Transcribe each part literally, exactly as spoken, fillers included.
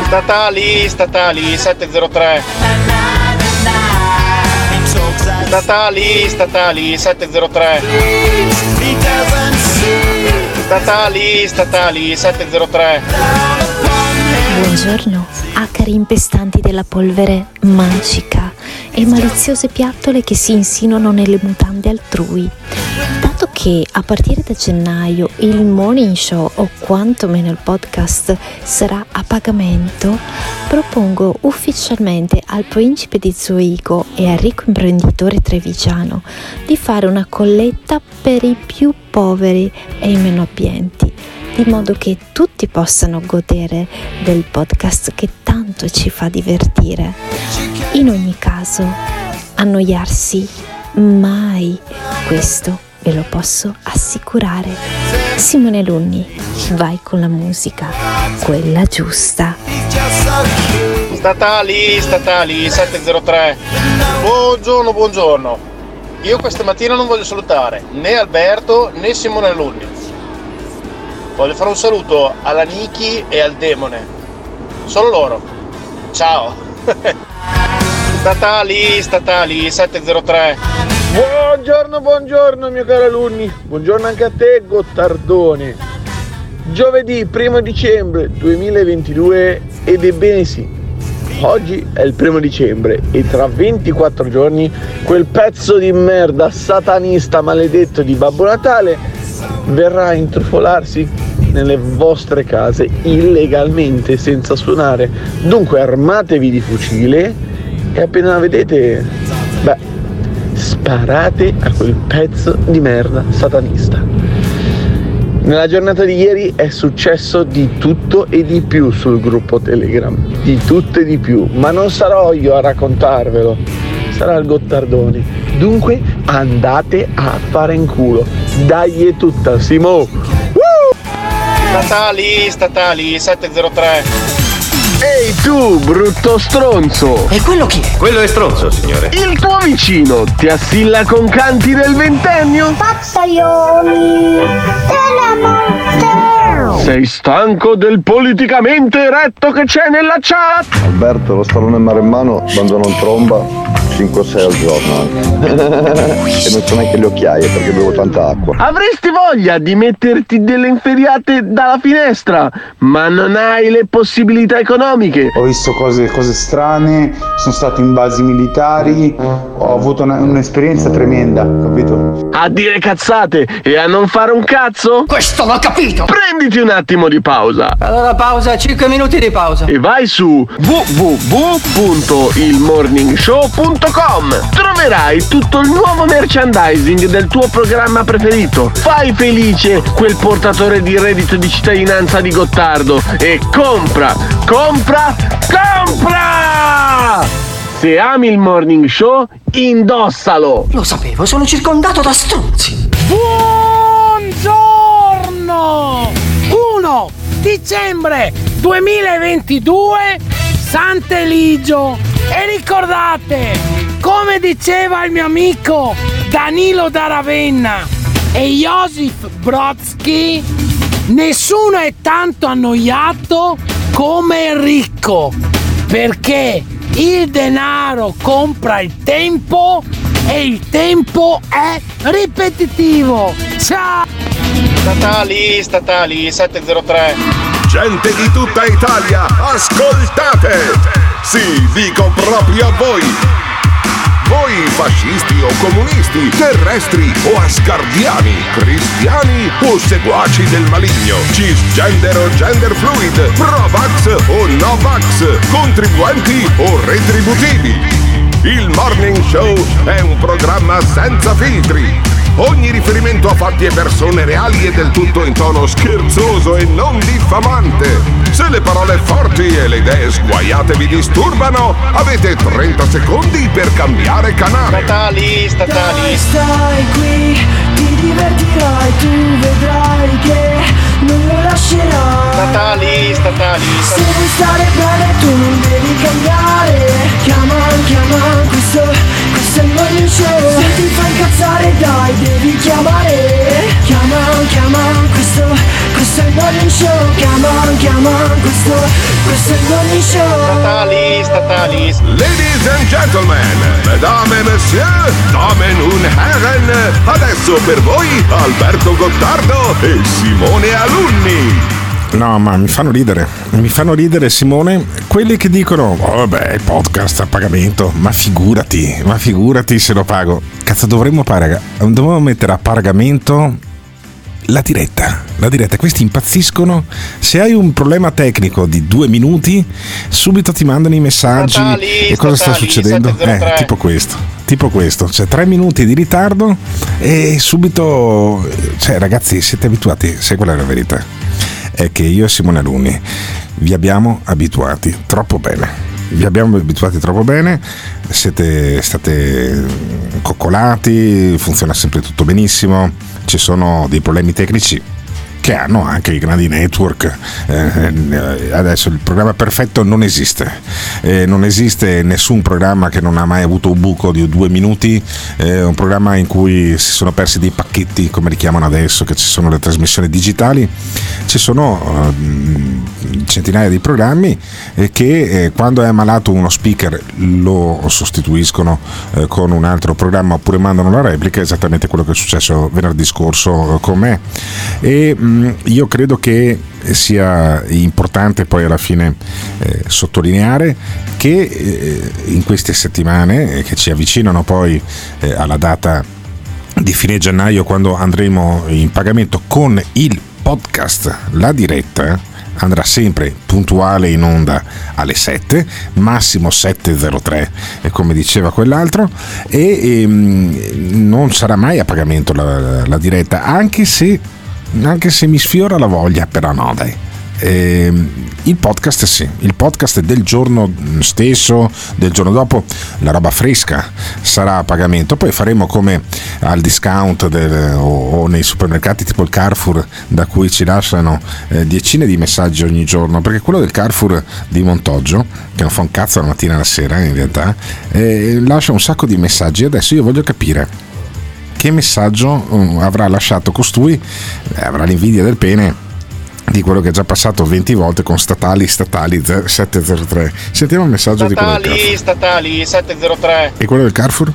Statali, statali, sette zero tre. Statali, statali, sette zero tre. Statali, statali, sette zero tre. Buongiorno, acari impestanti della polvere magica e maliziose piattole che si insinuano nelle mutande altrui. Dato che a partire da gennaio il morning show o quantomeno il podcast sarà a pagamento, propongo ufficialmente al principe di Zurigo e al ricco imprenditore trevigiano di fare una colletta per i più poveri e i meno abbienti, di modo che tutti possano godere del podcast che tanto ci fa divertire. In ogni caso, annoiarsi mai, questo ve lo posso assicurare. Simone Lunni, vai con la musica, quella giusta. Statali, statali, sette zero tre. Buongiorno, buongiorno. Io questa mattina non voglio salutare né Alberto né Simone Lunni. Voglio fare un saluto alla Niki e al Demone. Solo loro. Ciao. Statali, statali, sette zero tre. Buongiorno, buongiorno mio caro Lunni. Buongiorno anche a te, Gottardone. Giovedì primo dicembre duemilaventidue ed ebbene sì, oggi è il primo dicembre e tra ventiquattro giorni quel pezzo di merda satanista maledetto di Babbo Natale verrà a intrufolarsi nelle vostre case illegalmente senza suonare. Dunque armatevi di fucile e appena la vedete, beh, sparate a quel pezzo di merda satanista. Nella giornata di ieri è successo di tutto e di più sul gruppo Telegram, di tutto e di più, ma non sarò io a raccontarvelo, sarà il Gottardone. Dunque andate a fare in culo, dai è tutta, Simo! Woo! Statali, statali, sette zero tre. Ehi tu, brutto stronzo! E quello chi è? Quello è stronzo, signore. Il tuo vicino ti assilla con canti del ventennio? Pazzaioli della morte! Sei stanco del politicamente eretto che c'è nella chat? Alberto, lo stallone maremmano quando non tromba cinque sei al giorno anche. E non so neanche le occhiaie perché bevo tanta acqua. Avresti voglia di metterti delle inferriate dalla finestra, ma non hai le possibilità economiche. Ho visto cose, cose strane, sono stato in basi militari, ho avuto una, un'esperienza tremenda, capito? A dire cazzate e a non fare un cazzo? Questo l'ho capito! Prenditi un attimo di pausa. Allora pausa, cinque minuti di pausa. E vai su w w w punto il morning show punto com. Troverai tutto il nuovo merchandising del tuo programma preferito. Fai felice quel portatore di reddito di cittadinanza di Gottardo e compra, compra, compra! Se ami il morning show, indossalo! Lo sapevo, sono circondato da stronzi. Buongiorno! primo dicembre duemilaventidue, Sant'Eligio. E ricordate, come diceva il mio amico Danilo da Ravenna e Josip Brodsky, nessuno è tanto annoiato come il ricco, perché il denaro compra il tempo e il tempo è ripetitivo. Ciao! Statali, statali, sette zero tre. Gente di tutta Italia, ascoltate! Sì, dico proprio a voi! Voi fascisti o comunisti, terrestri o asgardiani, cristiani o seguaci del maligno, cisgender o gender fluid, pro-vax o no-vax, contribuenti o retributivi. Il Morning Show è un programma senza filtri. Ogni riferimento a fatti e persone reali è del tutto in tono scherzoso e non diffamante. Se le parole forti e le idee sguaiate vi disturbano, avete trenta secondi per cambiare canale. Statali, statali. Stai qui, ti divertirai, tu vedrai che non lo lascerai. Statali, statali. Se vuoi stare bene tu non devi cambiare. Chiama, chiama, questo, questo è il morning show. Se ti fa incazzare dai, devi chiamare. Chiama, chiama, questo questo, questo è il morning show. Come on, come on, questo, questo è il morning show. Statali, statali. Ladies and gentlemen, mesdames et messieurs, damen und herren, adesso per voi Alberto Gottardo e Simone Alunni. No, ma mi fanno ridere, mi fanno ridere, Simone, quelli che dicono oh, vabbè, il podcast a pagamento, ma figurati, ma figurati se lo pago. Cazzo, dovremmo pagare, dovremmo mettere a pagamento la diretta, la diretta. Questi impazziscono. Se hai un problema tecnico di due minuti, subito ti mandano i messaggi. Statali, e cosa sta statali, succedendo? Eh, tipo questo, tipo questo, cioè tre minuti di ritardo e subito, cioè ragazzi, siete abituati, se quella è la verità. È che io e Simone Alunni vi abbiamo abituati troppo bene, vi abbiamo abituati troppo bene, siete state coccolati, funziona sempre tutto benissimo, ci sono dei problemi tecnici che hanno anche i grandi network. Eh, adesso il programma perfetto non esiste, eh, non esiste nessun programma che non ha mai avuto un buco di due minuti, eh, un programma in cui si sono persi dei pacchetti, come li chiamano adesso, che ci sono le trasmissioni digitali. Ci sono uh, centinaia di programmi eh, che eh, quando è malato uno speaker lo sostituiscono eh, con un altro programma oppure mandano la replica, esattamente quello che è successo venerdì scorso eh, con me. E mh, io credo che sia importante poi alla fine eh, sottolineare che eh, in queste settimane eh, che ci avvicinano poi eh, alla data di fine gennaio, quando andremo in pagamento con il podcast, la diretta andrà sempre puntuale in onda alle sette, massimo sette e zero tre, come diceva quell'altro, e, e non sarà mai a pagamento la, la diretta, anche se anche se mi sfiora la voglia, però no dai. Eh, il podcast sì, il podcast del giorno stesso, del giorno dopo, la roba fresca sarà a pagamento. Poi faremo come al discount del, o, o nei supermercati tipo il Carrefour, da cui ci lasciano eh, decine di messaggi ogni giorno, perché quello del Carrefour di Montoggio, che non fa un cazzo la mattina e la sera in realtà, eh, lascia un sacco di messaggi. Adesso io voglio capire che messaggio uh, avrà lasciato costui, eh, avrà l'invidia del pene di quello che è già passato venti volte con statali, statali sette zero tre. Sentiamo il messaggio statali, di quello del Carrefour. Statali, sette zero tre. E quello del Carrefour?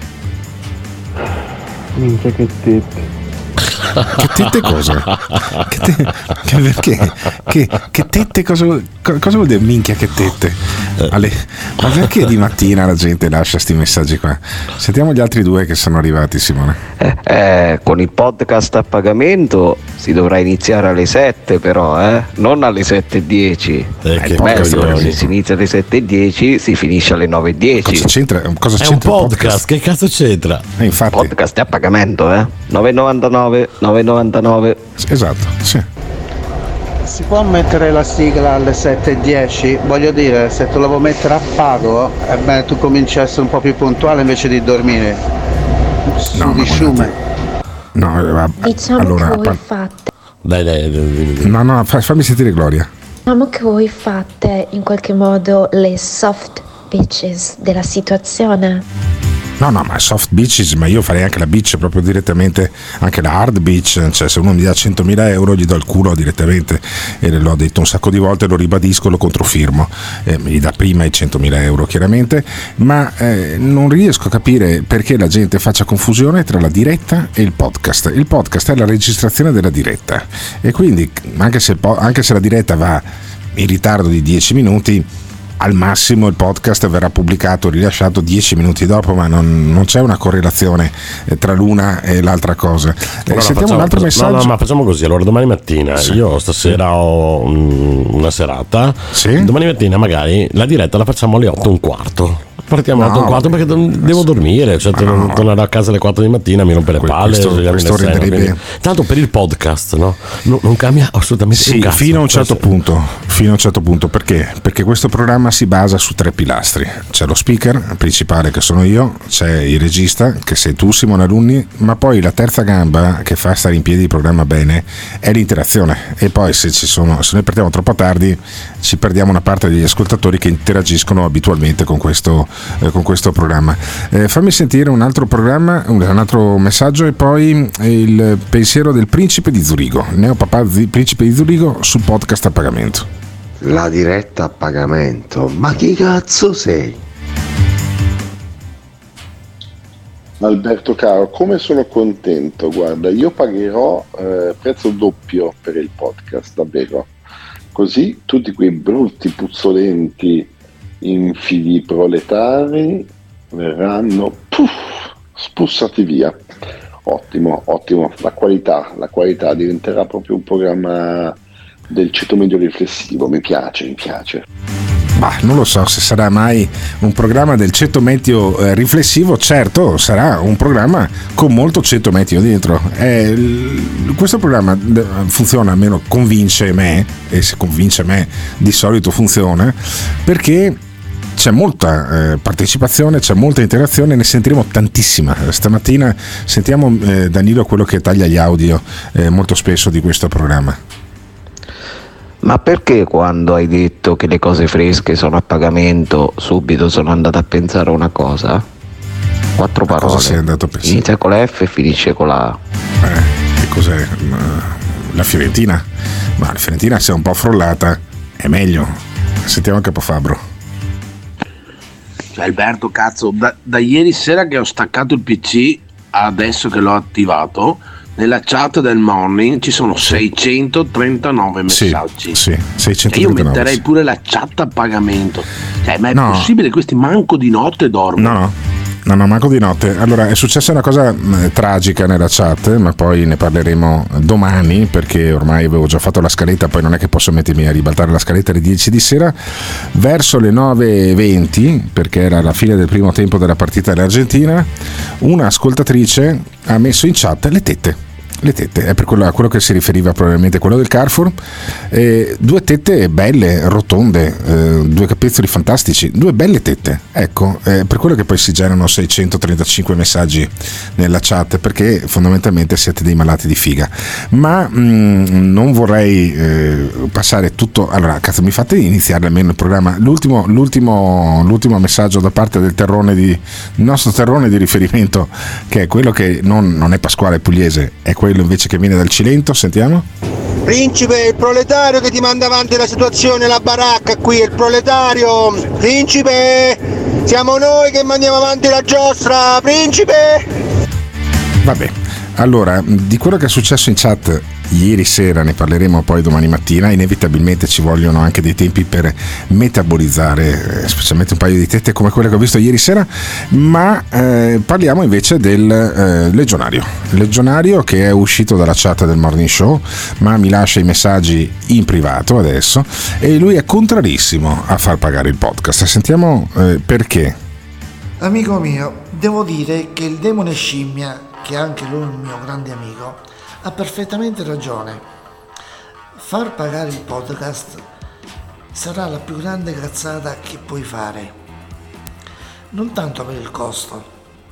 Minchia che tette. Che tette cosa? Che te, che, perché? Che, che tette cosa, cosa vuol dire minchia che tette? Alle, ma perché di mattina la gente lascia sti messaggi qua? Sentiamo gli altri due che sono arrivati, Simone. Eh, eh, con il podcast a pagamento si dovrà iniziare alle sette però, eh? Non alle sette e dieci. Eh, che meglio, se si inizia alle sette e dieci si finisce alle nove e dieci. Cosa c'entra? Cosa è c'entra un podcast, podcast? Che cazzo c'entra? Eh, infatti. Il podcast è a pagamento, eh? nove e novantanove, nove e novantanove. Esatto, sì. Si può mettere la sigla alle sette e dieci? Voglio dire, se tu la vuoi mettere a pago, è bene tu cominci a essere un po' più puntuale invece di dormire. Su no, di sciume. No, va, diciamo allora, che voi pa- fate. Dai, dai, dai, dai. No, no, fammi sentire Gloria. Diciamo che voi fate in qualche modo le soft bitches della situazione. No, no, ma soft beaches, ma io farei anche la beach proprio direttamente, anche la hard beach, cioè se uno mi dà centomila euro gli do il culo direttamente, e l'ho detto un sacco di volte, lo ribadisco, lo controfirmo, eh, mi dà prima i centomila euro chiaramente, ma eh, non riesco a capire perché la gente faccia confusione tra la diretta e il podcast. Il podcast è la registrazione della diretta e quindi anche se, anche se la diretta va in ritardo di dieci minuti, al massimo il podcast verrà pubblicato, rilasciato dieci minuti dopo, ma non, non c'è una correlazione tra l'una e l'altra cosa. Allora, eh, sentiamo facciamo, un altro messaggio. No, no, ma facciamo così. Allora, domani mattina sì. Io stasera sì. ho una serata. Sì? Domani mattina magari la diretta la facciamo alle otto e un quarto. Partiamo alle no, otto e un quarto perché devo dormire, cioè no, tornare a casa alle quattro di mattina mi rompe le palle. Questo, questo sera, quindi, tanto per il podcast, no? No, non cambia assolutamente sì, un cazzo. Fino a un certo punto. fino a un certo punto. Perché? Perché questo programma si basa su tre pilastri: c'è lo speaker principale che sono io, c'è il regista che sei tu Simone Alunni, ma poi la terza gamba che fa stare in piedi il programma bene è l'interazione. E poi se ci sono se noi partiamo troppo tardi ci perdiamo una parte degli ascoltatori che interagiscono abitualmente con questo, eh, con questo programma. Eh, fammi sentire un altro programma, un, un altro messaggio e poi il pensiero del principe di Zurigo, il neopapà zi, principe di Zurigo sul podcast a pagamento. La diretta a pagamento, ma chi cazzo sei? Alberto caro, come sono contento, guarda, io pagherò eh, prezzo doppio per il podcast, davvero, così tutti quei brutti puzzolenti infidi proletari verranno puff, spussati via. Ottimo, ottimo, la qualità, la qualità diventerà proprio un programma del ceto medio riflessivo, mi piace, mi piace. Bah, non lo so se sarà mai un programma del ceto medio eh, riflessivo. Certo, sarà un programma con molto ceto medio dentro. Eh, l- questo programma d- funziona, almeno convince me, e se convince me di solito funziona, perché c'è molta eh, partecipazione, c'è molta interazione, ne sentiremo tantissima. Stamattina sentiamo eh, Danilo, quello che taglia gli audio eh, molto spesso di questo programma. Ma perché quando hai detto che le cose fresche sono a pagamento subito sono andato a pensare a una cosa? Quattro parole. Cosa sei andato a pensare? Inizia con la F e finisce con la A. Eh, che cos'è? La Fiorentina? Ma la Fiorentina, se è un po' frollata è meglio. Sentiamo Capofabbro. Cioè, Alberto, cazzo, da, da ieri sera che ho staccato il P C adesso che l'ho attivato, nella chat del morning ci sono seicentotrentanove messaggi. Sì, sì, seicentotrentanove. E io metterei pure la chat a pagamento. Cioè, ma è no. possibile? Questi manco di notte dormono? No, no. No, no, manco di notte. Allora, è successa una cosa mh, tragica nella chat, ma poi ne parleremo domani, perché ormai avevo già fatto la scaletta, poi non è che posso mettermi a ribaltare la scaletta alle dieci di sera. Verso le nove e venti, perché era la fine del primo tempo della partita dell'Argentina, una ascoltatrice ha messo in chat le tette. Le tette, è per quello, a quello che si riferiva probabilmente quello del Carrefour. Eh, due tette belle, rotonde, eh, due capezzoli fantastici, due belle tette, ecco, eh, per quello che poi si generano seicentotrentacinque messaggi nella chat, perché fondamentalmente siete dei malati di figa. Ma mh, non vorrei eh, passare tutto. Allora, cazzo, mi fate iniziare almeno il programma. L'ultimo, l'ultimo, l'ultimo messaggio da parte del terrone di, il nostro terrone di riferimento, che è quello che non, non è Pasquale Pugliese, è quello invece che viene dal Cilento. Sentiamo. Principe, il proletario che ti manda avanti la situazione, la baracca qui, il proletario. Principe, siamo noi che mandiamo avanti la giostra, principe. Vabbè, allora, di quello che è successo in chat ieri sera ne parleremo poi domani mattina. Inevitabilmente ci vogliono anche dei tempi per metabolizzare, specialmente un paio di tette come quelle che ho visto ieri sera, ma eh, parliamo invece del eh, Legionario. Legionario che è uscito dalla chat del Morning Show, ma mi lascia i messaggi in privato adesso, e lui è contrarissimo a far pagare il podcast. Sentiamo eh, perché. Amico mio, devo dire che il demone scimmia, che è anche lui un mio grande amico, ha perfettamente ragione. Far pagare il podcast sarà la più grande cazzata che puoi fare, non tanto per il costo,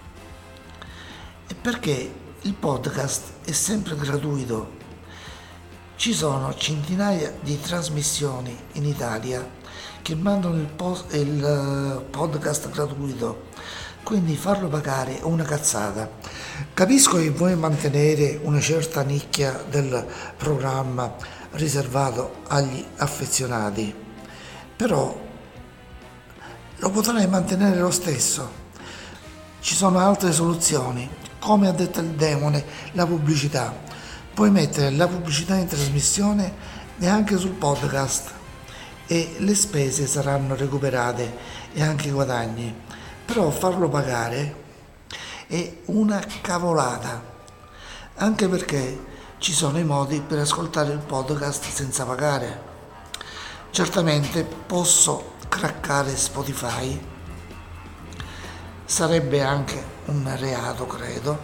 è perché il podcast è sempre gratuito. Ci sono centinaia di trasmissioni in Italia che mandano il, post, il podcast gratuito, quindi farlo pagare è una cazzata. Capisco che vuoi mantenere una certa nicchia del programma riservato agli affezionati, però lo potrai mantenere lo stesso. Ci sono altre soluzioni, come ha detto il demone, la pubblicità. Puoi mettere la pubblicità in trasmissione e anche sul podcast, e le spese saranno recuperate e anche i guadagni. Però farlo pagare è una cavolata, anche perché ci sono i modi per ascoltare il podcast senza pagare. Certamente posso craccare Spotify, sarebbe anche un reato, credo,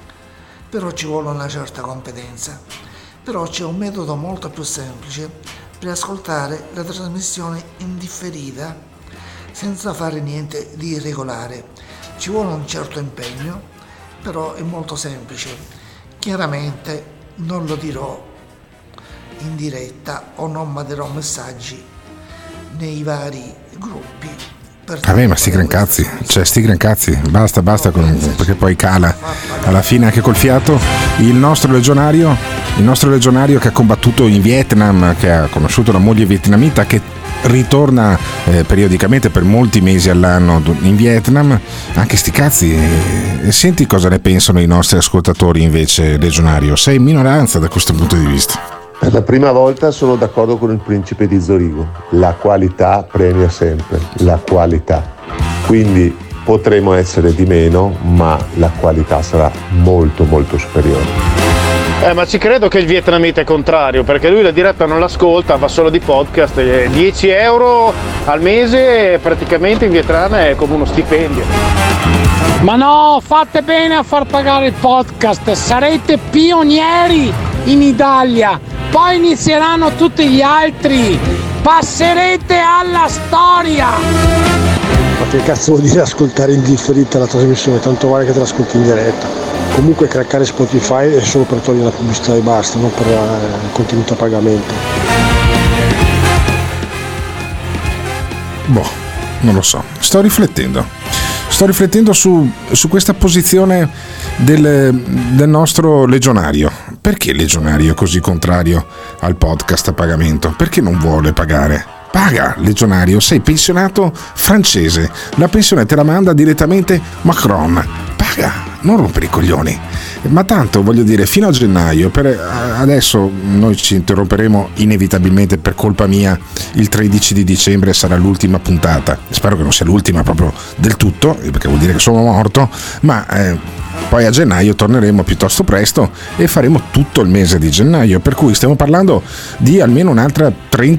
però ci vuole una certa competenza. Però c'è un metodo molto più semplice per ascoltare la trasmissione in differita senza fare niente di irregolare. Ci vuole un certo impegno, però è molto semplice. Chiaramente non lo dirò in diretta o non manderò messaggi nei vari gruppi. Vabbè, ma sti gran cazzi, cioè sti gran cazzi, basta, basta, con, perché poi cala alla fine anche col fiato. Il nostro legionario, il nostro legionario che ha combattuto in Vietnam, che ha conosciuto la moglie vietnamita, che ritorna eh, periodicamente per molti mesi all'anno in Vietnam, anche sti cazzi. E, e senti cosa ne pensano i nostri ascoltatori invece, legionario, sei in minoranza da questo punto di vista. Per la prima volta sono d'accordo con il principe di Zurigo, la qualità premia sempre, la qualità. Quindi potremo essere di meno, ma la qualità sarà molto molto superiore. Eh, ma ci credo che il vietnamita è contrario, perché lui la diretta non l'ascolta, va solo di podcast. dieci euro al mese praticamente in Vietnam è come uno stipendio. Ma no, fate bene a far pagare il podcast, sarete pionieri in Italia, poi inizieranno tutti gli altri, passerete alla storia. Ma che cazzo vuol dire ascoltare in differita la trasmissione? Tanto vale che te l'ascolti in diretta. Comunque craccare Spotify è solo per togliere la pubblicità e basta, non per il contenuto a pagamento. Boh, non lo so, sto riflettendo. Sto riflettendo su, su questa posizione del, del nostro legionario. Perché il legionario è così contrario al podcast a pagamento? Perché non vuole pagare? Paga, legionario, sei pensionato francese, la pensione te la manda direttamente Macron. Paga, non rompere i coglioni. Ma tanto, voglio dire, fino a gennaio, per adesso noi ci interromperemo inevitabilmente per colpa mia, il tredici di dicembre sarà l'ultima puntata. Spero che non sia l'ultima proprio del tutto, perché vuol dire che sono morto, ma eh, poi a gennaio torneremo piuttosto presto e faremo tutto il mese di gennaio, per cui stiamo parlando di almeno un'altra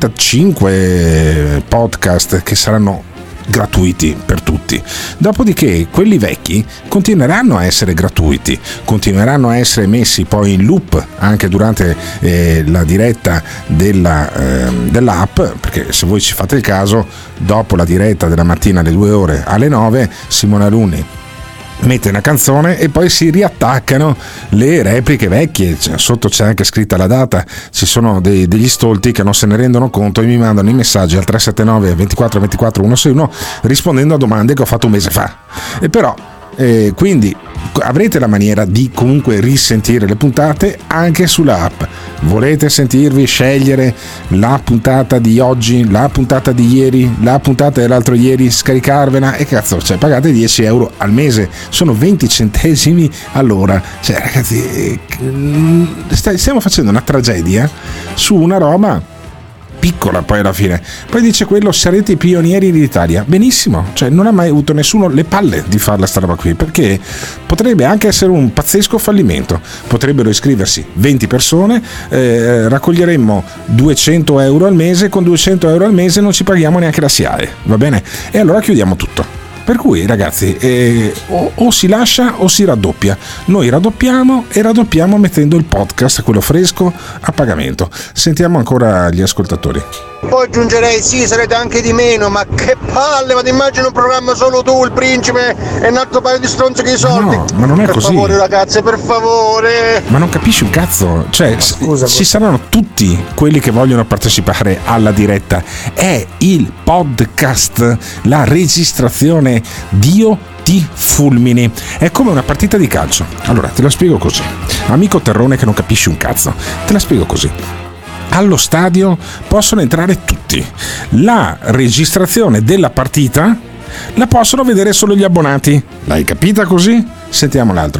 trentacinque podcast che saranno gratuiti per tutti. Dopodiché quelli vecchi continueranno a essere gratuiti, continueranno a essere messi poi in loop anche durante eh, la diretta della, eh, dell'app, perché se voi ci fate il caso, dopo la diretta della mattina alle due ore alle nove, Simone Alunni mette una canzone e poi si riattaccano le repliche vecchie, cioè, sotto c'è anche scritta la data, ci sono dei, degli stolti che non se ne rendono conto e mi mandano i messaggi al tre sette nove ventiquattro ventiquattro centosessantuno rispondendo a domande che ho fatto un mese fa. E però eh, quindi avrete la maniera di comunque risentire le puntate anche sulla app. Volete sentirvi, scegliere la puntata di oggi, la puntata di ieri, la puntata dell'altro ieri, scaricarvela e cazzo, cioè pagate dieci euro al mese, sono venti centesimi all'ora. Cioè ragazzi, stiamo facendo una tragedia su una roba piccola poi alla fine. Poi dice quello, sarete i pionieri d'Italia. Benissimo, cioè non ha mai avuto nessuno le palle di farla sta roba qui, perché potrebbe anche essere un pazzesco fallimento. Potrebbero iscriversi venti persone, eh, raccoglieremmo duecento euro al mese, con duecento euro al mese non ci paghiamo neanche la S I A E, va bene? E allora chiudiamo tutto. Per cui ragazzi, eh, o, o si lascia o si raddoppia. Noi raddoppiamo e raddoppiamo mettendo il podcast, quello fresco, a pagamento. Sentiamo ancora gli ascoltatori. Poi aggiungerei sì, sarete anche di meno, ma che palle, ma ti immagini un programma solo tu, il principe e un altro paio di stronzi che i soldi. No, ma non è per così. Per favore ragazze, per favore. Ma non capisci un cazzo, cioè scusa, ci saranno tutti quelli che vogliono partecipare alla diretta. È il podcast, la registrazione. Dio ti fulmini, è come una partita di calcio. Allora te la spiego così, amico terrone che non capisci un cazzo, te la spiego così. Allo stadio possono entrare tutti, la registrazione della partita la possono vedere solo gli abbonati. L'hai capita così? Sentiamo l'altro.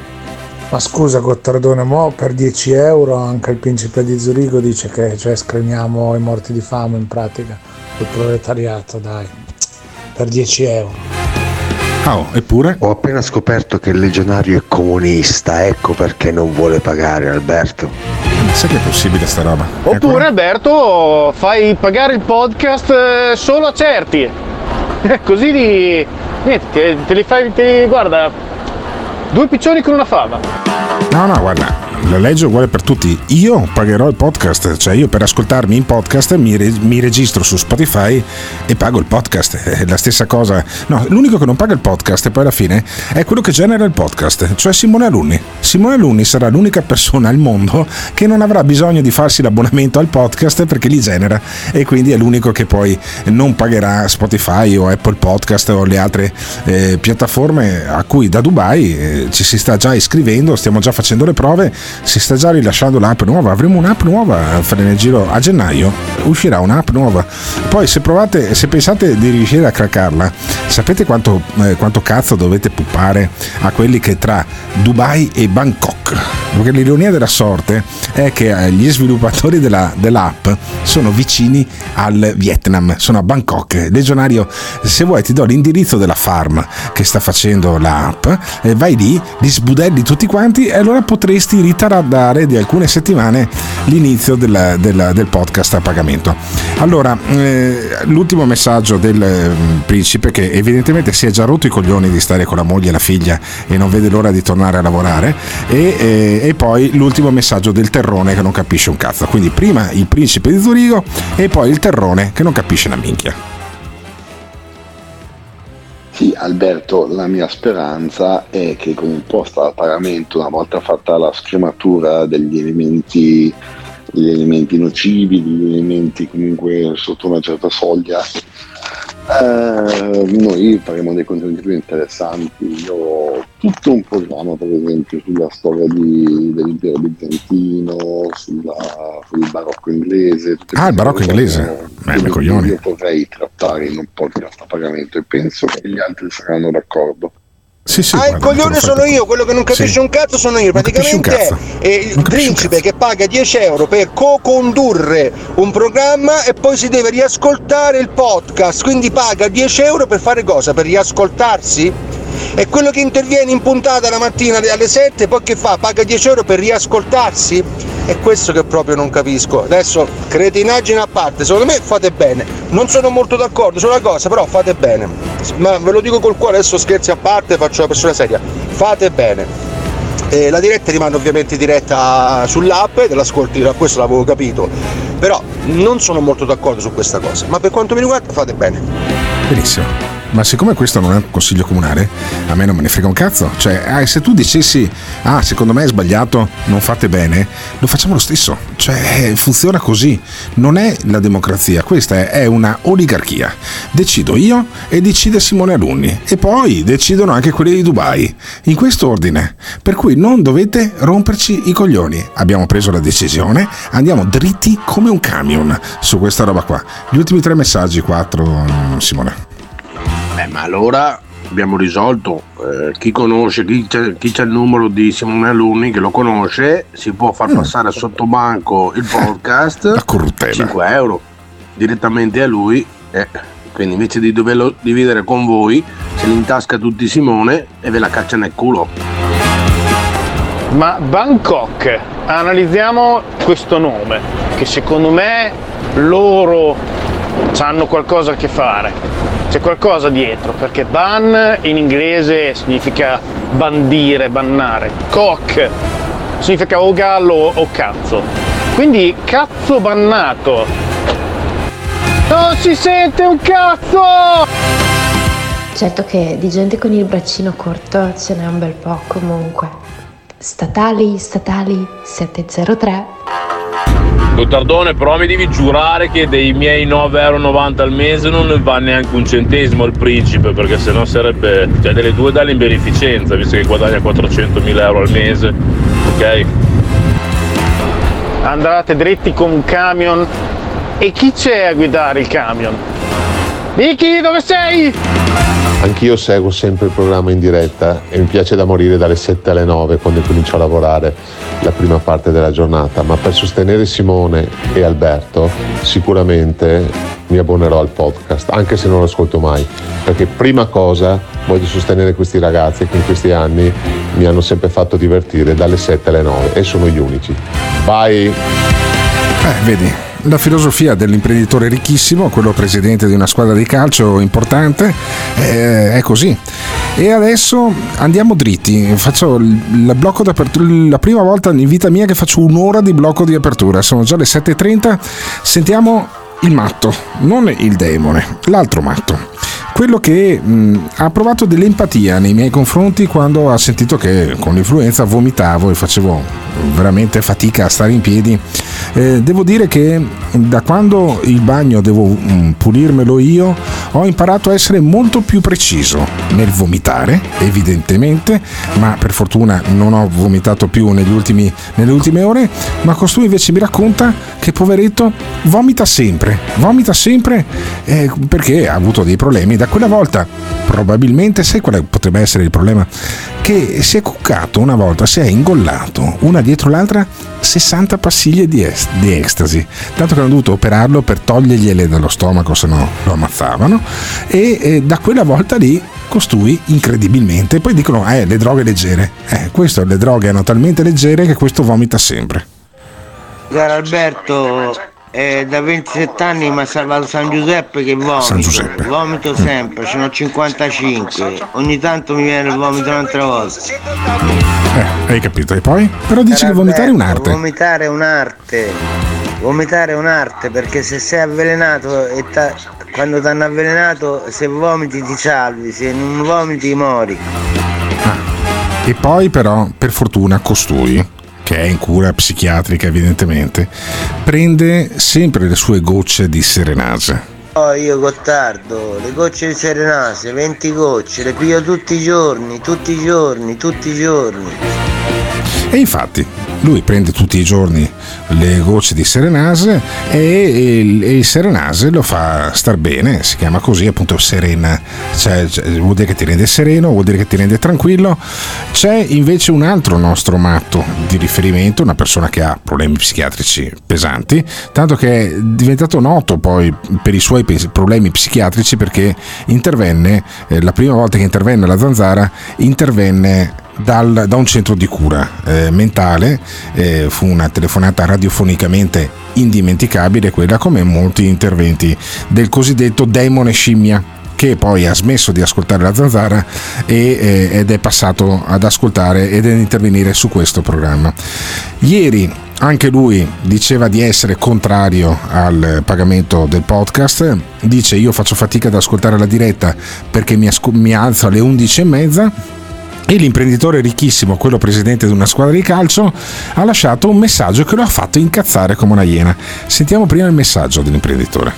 Ma scusa Gottardone, mo per dieci euro anche il principe di Zurigo dice che cioè scriviamo i morti di fame in pratica, il proletariato, dai, per dieci euro. Oh, eppure? Ho appena scoperto che il legionario è comunista, ecco perché non vuole pagare, Alberto. Sai che è possibile sta roba? Oppure Alberto, fai pagare il podcast solo a certi. Così di... niente, te, te li fai, te li, guarda, due piccioni con una fava. No, no, guarda, la legge è uguale per tutti. Io pagherò il podcast, cioè io per ascoltarmi in podcast mi, re, mi registro su Spotify e pago il podcast. È la stessa cosa. No, l'unico che non paga il podcast e poi alla fine è quello che genera il podcast, cioè Simone Alunni. Simone Alunni sarà l'unica persona al mondo che non avrà bisogno di farsi l'abbonamento al podcast perché li genera, e quindi è l'unico che poi non pagherà Spotify o Apple Podcast o le altre eh, piattaforme a cui da Dubai eh, ci si sta già iscrivendo, stiamo già facendo le prove, si sta già rilasciando l'app nuova. Avremo un'app nuova a fare nel giro a gennaio, uscirà un'app nuova. Poi se provate, se pensate di riuscire a craccarla, sapete quanto, eh, quanto cazzo dovete puppare a quelli che tra Dubai e Bangkok, perché l'ironia della sorte è che gli sviluppatori della, dell'app sono vicini al Vietnam, sono a Bangkok. Legionario, se vuoi ti do l'indirizzo della farm che sta facendo l'app, e vai lì, li sbudelli tutti quanti, e allora potresti ritardare di alcune settimane l'inizio del, del, del podcast a pagamento. Allora, eh, l'ultimo messaggio del eh, principe, che evidentemente si è già rotto i coglioni di stare con la moglie e la figlia e non vede l'ora di tornare a lavorare, e, e, e poi l'ultimo messaggio del terrone che non capisce un cazzo. Quindi prima il principe di Zurigo e poi il terrone che non capisce una minchia. Sì, Alberto, la mia speranza è che con il post al pagamento, una volta fatta la scrematura degli elementi, degli elementi nocivi, degli elementi comunque sotto una certa soglia, eh, noi faremo dei contenuti più interessanti. Io ho tutto un programma, per esempio, sulla storia di, dell'impero bizantino, sulla, sul barocco inglese. Ah, il barocco inglese? Beh, coglioni. Io vorrei trattare in un podcast a pagamento e penso che gli altri saranno d'accordo. Sì, sì, ah, il coglione sono io, quello che non capisce sì. un cazzo sono io. Praticamente è il principe che paga dieci euro per co-condurre un programma e poi si deve riascoltare il podcast. Quindi paga dieci euro per fare cosa? Per riascoltarsi? È quello che interviene in puntata la mattina alle sette, poi che fa? Paga dieci euro per riascoltarsi? È questo che proprio non capisco. Adesso, cretinaggine a parte, secondo me fate bene. Non sono molto d'accordo sulla cosa, però fate bene. Ma ve lo dico col cuore, adesso scherzi a parte, faccio la persona seria. Fate bene. Eh, la diretta rimane ovviamente diretta sull'app, dell'ascolti, questo l'avevo capito. Però non sono molto d'accordo su questa cosa. Ma per quanto mi riguarda, fate bene. Benissimo. Ma siccome questo non è un consiglio comunale, a me non me ne frega un cazzo. Cioè, eh, se tu dicessi, ah, secondo me è sbagliato, non fate bene, lo facciamo lo stesso. Cioè, funziona così. Non è la democrazia, questa è, è una oligarchia. Decido io e decide Simone Alunni. E poi decidono anche quelli di Dubai. In questo ordine. Per cui non dovete romperci i coglioni. Abbiamo preso la decisione, andiamo dritti come un camion su questa roba qua. Gli ultimi tre messaggi, quattro, Simone. Beh, ma allora abbiamo risolto. Eh, chi conosce, chi c'è, chi c'è il numero di Simone Alunni che lo conosce, si può far passare sotto banco il podcast, la corruttela, cinque euro direttamente a lui. Eh, quindi invece di doverlo dividere con voi, se li intasca tutti Simone e ve la caccia nel culo. Ma Bangkok, analizziamo questo nome, che secondo me loro hanno qualcosa a che fare. C'è qualcosa dietro, perché ban in inglese significa bandire, bannare. Cock significa o gallo o cazzo. Quindi cazzo bannato. Non si sente un cazzo! Certo che di gente con il braccino corto ce n'è un bel po' comunque. Statali, statali, settecentotre. Gottardone, però mi devi giurare che dei miei nove euro e novanta al mese non ne va neanche un centesimo al principe, perché sennò sarebbe, cioè, delle due dalle in beneficenza, visto che guadagna quattrocentomila euro al mese, ok? Andate dritti con un camion. E chi c'è a guidare il camion? Vicky, dove sei? Anch'io seguo sempre il programma in diretta e mi piace da morire dalle sette alle nove quando comincio a lavorare la prima parte della giornata, ma per sostenere Simone e Alberto sicuramente mi abbonerò al podcast, anche se non lo ascolto mai, perché prima cosa voglio sostenere questi ragazzi che in questi anni mi hanno sempre fatto divertire dalle sette alle nove e sono gli unici. Bye! Eh, vedi, la filosofia dell'imprenditore ricchissimo, quello presidente di una squadra di calcio importante, eh, è così. E adesso andiamo dritti, faccio il blocco d'apertura, la prima volta in vita mia che faccio un'ora di blocco di apertura, sono già le sette e trenta, sentiamo il matto, non il demone, l'altro matto. Quello che mh, ha provato dell'empatia nei miei confronti quando ha sentito che con l'influenza vomitavo e facevo veramente fatica a stare in piedi. Eh, devo dire che da quando il bagno devo mh, pulirmelo io, ho imparato a essere molto più preciso nel vomitare, evidentemente, ma per fortuna non ho vomitato più negli ultimi, nelle ultime ore. Ma costui invece mi racconta che poveretto vomita sempre, vomita sempre eh, perché ha avuto dei problemi. Da quella volta probabilmente, sai qual potrebbe essere il problema? Che si è cuccato una volta, si è ingollato una dietro l'altra sessanta pastiglie di, est- di ecstasy, tanto che hanno dovuto operarlo per togliergliele dallo stomaco, se no lo ammazzavano. E eh, da quella volta lì costui incredibilmente, poi dicono eh le droghe leggere, eh questo, le droghe erano talmente leggere che questo vomita sempre. Caro Alberto, è da ventisette anni mi ha salvato San Giuseppe che vomito, San Giuseppe. vomito sempre, ce n'ho cinquantacinque, ogni tanto mi viene il vomito un'altra volta. Eh, hai capito? E poi? Però dici Caro che vomitare è Alberto, un'arte. Vomitare è un'arte, vomitare è un'arte perché se sei avvelenato e ta- quando ti hanno avvelenato, se vomiti ti salvi, se non vomiti mori. Ah. E poi però, per fortuna, costui, che è in cura psichiatrica evidentemente, prende sempre le sue gocce di Serenase. Oh, io Gottardo, le gocce di Serenase, venti gocce, le piglio tutti i giorni, tutti i giorni, tutti i giorni. E infatti lui prende tutti i giorni le gocce di Serenase e il, e il Serenase lo fa star bene, si chiama così appunto Serena, cioè, cioè, vuol dire che ti rende sereno, vuol dire che ti rende tranquillo. C'è invece un altro nostro matto di riferimento, una persona che ha problemi psichiatrici pesanti, tanto che è diventato noto poi per i suoi problemi psichiatrici perché intervenne, eh, la prima volta che intervenne alla Zanzara, intervenne Dal, da un centro di cura eh, mentale. Eh, fu una telefonata radiofonicamente indimenticabile, quella come molti interventi del cosiddetto demone scimmia, che poi ha smesso di ascoltare la Zanzara e, eh, ed è passato ad ascoltare ed ad intervenire su questo programma. Ieri anche lui diceva di essere contrario al pagamento del podcast, dice io faccio fatica ad ascoltare la diretta perché mi, asco- mi alzo alle undici e mezza. E l'imprenditore ricchissimo, quello presidente di una squadra di calcio, ha lasciato un messaggio che lo ha fatto incazzare come una iena. Sentiamo prima il messaggio dell'imprenditore.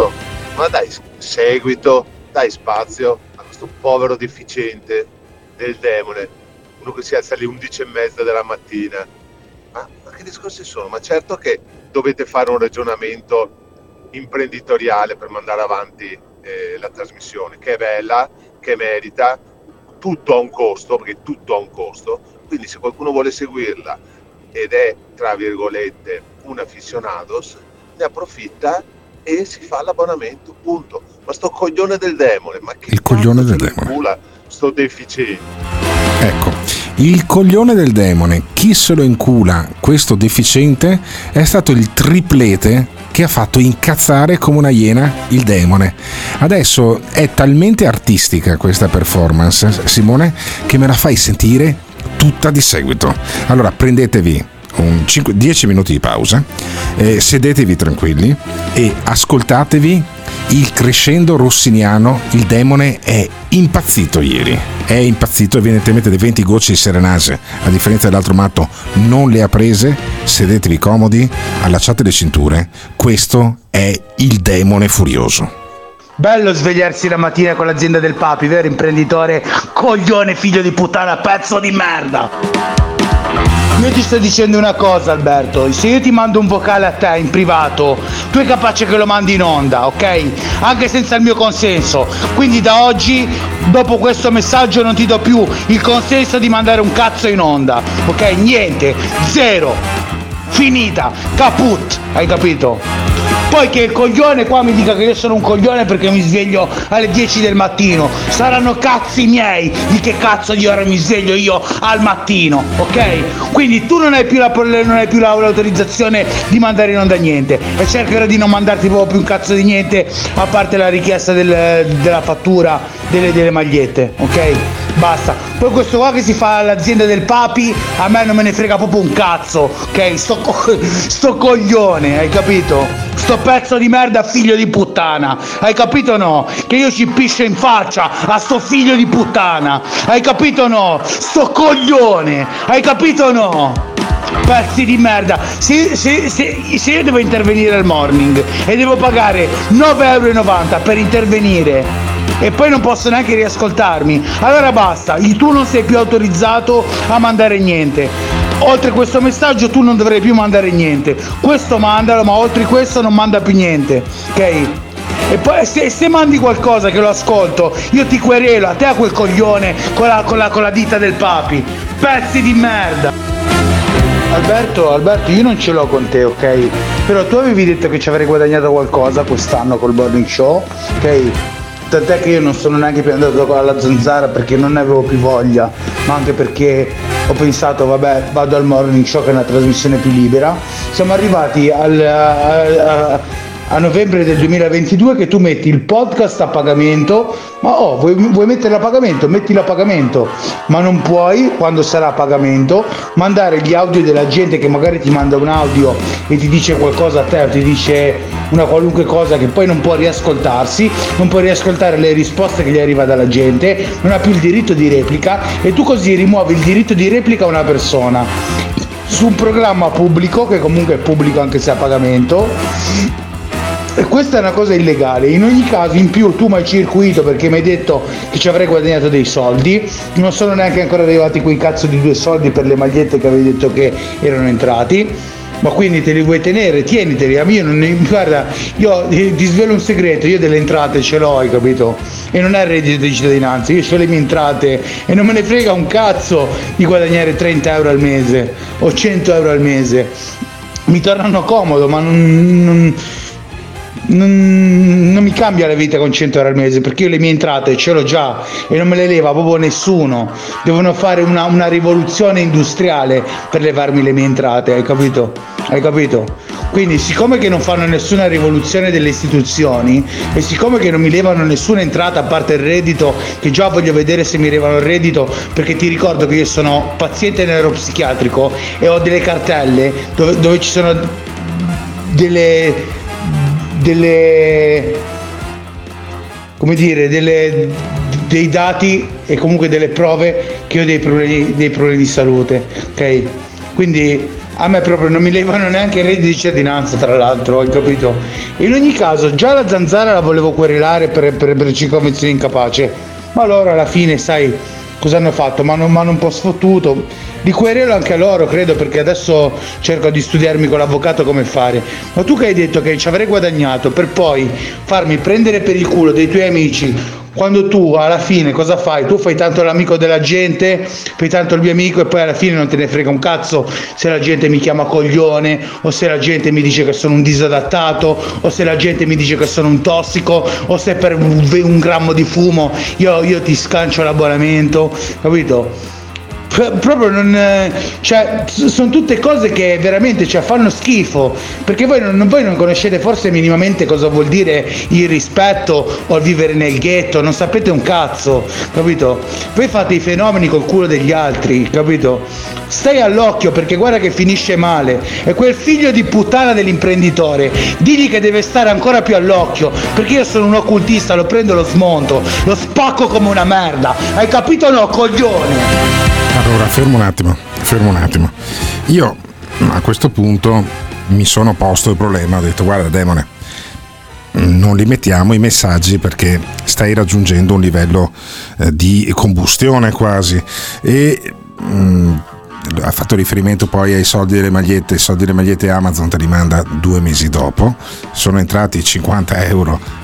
Ma dai seguito, dai spazio a questo povero deficiente del demone, uno che si alza alle undici e mezza della mattina. Ma, ma che discorsi sono? Ma certo che dovete fare un ragionamento imprenditoriale per mandare avanti eh, la trasmissione, che è bella, che merita. Tutto ha un costo, perché tutto ha un costo, quindi se qualcuno vuole seguirla ed è, tra virgolette, un aficionados, ne approfitta e si fa l'abbonamento, punto. Ma sto coglione del demone, ma che il coglione del demone, incula sto deficiente? Ecco, il coglione del demone, chi se lo incula questo deficiente è stato il triplete che ha fatto incazzare come una iena il demone. Adesso è talmente artistica questa performance, Simone, che me la fai sentire tutta di seguito. Allora prendetevi un cinque dieci minuti di pausa, eh, sedetevi tranquilli e ascoltatevi il crescendo rossiniano. Il demone è impazzito ieri, è impazzito evidentemente. dei venti gocce di Serenase, a differenza dell'altro matto, non le ha prese. Sedetevi comodi, allacciate le cinture, questo è il demone furioso. Bello svegliarsi la mattina con l'azienda del papi, vero imprenditore? Coglione, figlio di puttana, pezzo di merda! Io ti sto dicendo una cosa, Alberto, se io ti mando un vocale a te in privato, tu è capace che lo mandi in onda, ok? Anche senza il mio consenso. Quindi da oggi, dopo questo messaggio, non ti do più il consenso di mandare un cazzo in onda, ok? Niente, zero, finita, caput, hai capito? Poi che il coglione qua mi dica che io sono un coglione perché mi sveglio alle dieci del mattino, saranno cazzi miei di che cazzo di ora mi sveglio io al mattino, ok? Quindi tu non hai più la non hai più la, l'autorizzazione di mandare in onda niente e cercherò di non mandarti proprio più un cazzo di niente a parte la richiesta del, della fattura delle, delle magliette, ok? Basta. Poi questo qua che si fa all'azienda del Papi, a me non me ne frega proprio un cazzo, ok? Sto, co- sto coglione, hai capito? Sto pezzo di merda figlio di puttana, hai capito o no? Che io ci piscio in faccia a sto figlio di puttana, hai capito o no? Sto coglione, hai capito o no? Pezzi di merda. Se, se, se, se io devo intervenire al morning e devo pagare nove euro e novanta per intervenire e poi non posso neanche riascoltarmi, allora basta, tu non sei più autorizzato a mandare niente. Oltre questo messaggio tu non dovrai più mandare niente, questo mandalo, ma oltre questo non manda più niente, ok? E poi se, se mandi qualcosa che lo ascolto, io ti querelo a te, a quel coglione con la, con la, con la dita del Papi. Pezzi di merda. Alberto, Alberto, io non ce l'ho con te, ok? Però tu avevi detto che ci avrei guadagnato qualcosa quest'anno col morning show, ok? Tant'è che io non sono neanche più andato alla Zanzara perché non ne avevo più voglia, ma anche perché ho pensato, vabbè, vado al morning show che è una trasmissione più libera. Siamo arrivati al, a, a, a novembre del duemilaventidue che tu metti il podcast a pagamento, ma oh, vuoi, vuoi metterlo a pagamento? Mettilo a pagamento, ma non puoi, quando sarà a pagamento, mandare gli audio della gente che magari ti manda un audio e ti dice qualcosa a te o ti dice una qualunque cosa che poi non può riascoltarsi, non può riascoltare le risposte che gli arriva dalla gente, non ha più il diritto di replica e tu così rimuovi il diritto di replica a una persona su un programma pubblico, che comunque è pubblico anche se a pagamento. E questa è una cosa illegale. In ogni caso, in più tu mi hai circuito perché mi hai detto che ci avrei guadagnato dei soldi, non sono neanche ancora arrivati quei cazzo di due soldi per le magliette che avevi detto che erano entrati, ma quindi te li vuoi tenere, tieniteli. A me non ne, guarda, io ti svelo un segreto, io delle entrate ce l'ho, hai capito? E non è il reddito di cittadinanza, io ho le mie entrate e non me ne frega un cazzo di guadagnare trenta euro al mese o cento euro al mese, mi tornano comodo, ma non, non Non, non mi cambia la vita con cento euro al mese, perché io le mie entrate ce l'ho già e non me le leva proprio nessuno. Devono fare una, una rivoluzione industriale per levarmi le mie entrate, hai capito? Hai capito? Quindi siccome che non fanno nessuna rivoluzione delle istituzioni e siccome che non mi levano nessuna entrata a parte il reddito, che già voglio vedere se mi levano il reddito, perché ti ricordo che io sono paziente neuropsichiatrico e ho delle cartelle dove, dove ci sono delle delle come dire delle, dei dati e comunque delle prove che ho dei problemi, dei problemi di salute, ok? Quindi a me proprio non mi levano neanche il reddito di cittadinanza, tra l'altro, hai capito? In ogni caso già la Zanzara la volevo querelare per, per, per circonvenzione incapace, ma loro alla fine sai cosa hanno fatto? Ma non, ma non un po' sfottuto. Li querelo anche a loro, credo, perché adesso cerco di studiarmi con l'avvocato come fare. Ma tu che hai detto che ci avrei guadagnato per poi farmi prendere per il culo dei tuoi amici, quando tu alla fine cosa fai? Tu fai tanto l'amico della gente, fai tanto il mio amico e poi alla fine non te ne frega un cazzo se la gente mi chiama coglione o se la gente mi dice che sono un disadattato o se la gente mi dice che sono un tossico o se per un, un grammo di fumo io, io ti scancio l'abbonamento, capito? Proprio non, cioè, sono tutte cose che veramente, cioè, fanno schifo, perché voi non, voi non conoscete forse minimamente cosa vuol dire il rispetto o il vivere nel ghetto, non sapete un cazzo, capito? Voi fate i fenomeni col culo degli altri, capito? Stai all'occhio, perché guarda che finisce male. E quel figlio di puttana dell'imprenditore, digli che deve stare ancora più all'occhio, perché io sono un occultista, lo prendo, lo smonto, lo spacco come una merda, hai capito o no, coglione? Allora, fermo un attimo, fermo un attimo. Io a questo punto mi sono posto il problema, ho detto guarda Demone, non li mettiamo i messaggi perché stai raggiungendo un livello eh, di combustione quasi e mh, ha fatto riferimento poi ai soldi delle magliette. I soldi delle magliette Amazon te li manda due mesi dopo, sono entrati cinquanta euro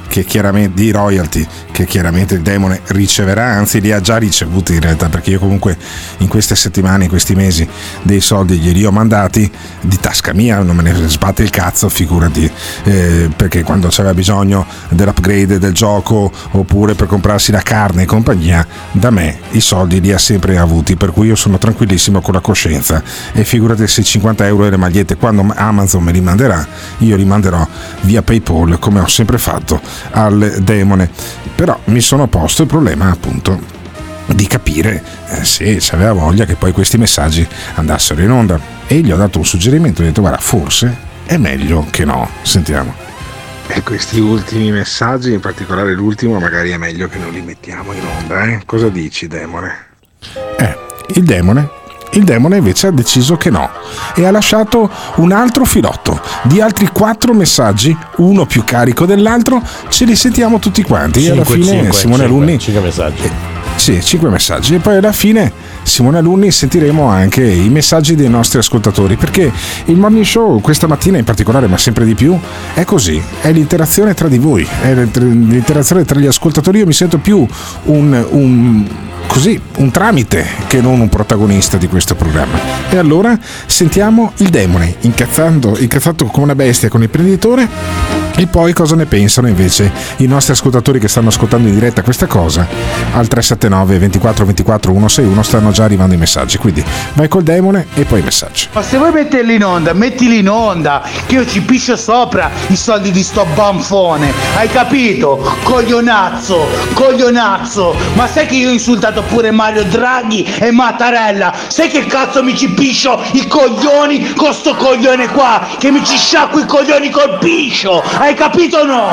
che chiaramente di royalty che chiaramente il demone riceverà, anzi li ha già ricevuti in realtà, perché io comunque in queste settimane, in questi mesi dei soldi glieli ho mandati di tasca mia, non me ne sbatte il cazzo, figurati, eh, perché quando c'aveva bisogno dell'upgrade del gioco oppure per comprarsi la carne e compagnia, da me i soldi li ha sempre avuti, per cui io sono tranquillissimo con la coscienza, e figurati se cinquanta euro e le magliette quando Amazon me li manderà, io li manderò via PayPal come ho sempre fatto al demone. Però mi sono posto il problema appunto di capire eh, se aveva voglia che poi questi messaggi andassero in onda, e gli ho dato un suggerimento, ho detto guarda, forse è meglio che no, sentiamo. E questi ultimi messaggi, in particolare l'ultimo, magari è meglio che non li mettiamo in onda, eh? Cosa dici, demone? Eh, il demone Il demone invece ha deciso che no e ha lasciato un altro filotto di altri quattro messaggi, uno più carico dell'altro. Ce li sentiamo tutti quanti. cinque, e alla fine cinque, Simone cinque, Alunni cinque messaggi. Eh, sì, cinque messaggi, e poi alla fine Simone Alunni sentiremo anche i messaggi dei nostri ascoltatori, perché il morning show questa mattina in particolare, ma sempre di più, è così, è l'interazione tra di voi, è l'interazione tra gli ascoltatori. Io mi sento più un, un così un tramite che non un protagonista di questo programma. E allora sentiamo il demone incazzando, incazzato come una bestia con l'imprenditore, e poi cosa ne pensano invece i nostri ascoltatori che stanno ascoltando in diretta questa cosa al tre sette nove ventiquattro ventiquattro centosessantuno. Stanno già arrivando i messaggi, quindi vai col demone e poi i messaggi. Ma se vuoi metterli in onda, mettili in onda, che io ci piscio sopra i soldi di sto banfone, hai capito? Coglionazzo, coglionazzo. Ma sai che io ho insultato pure Mario Draghi e Mattarella? Sai che cazzo mi ci piscio i coglioni con sto coglione qua, che mi ci sciacquo i coglioni col piscio, hai capito o no?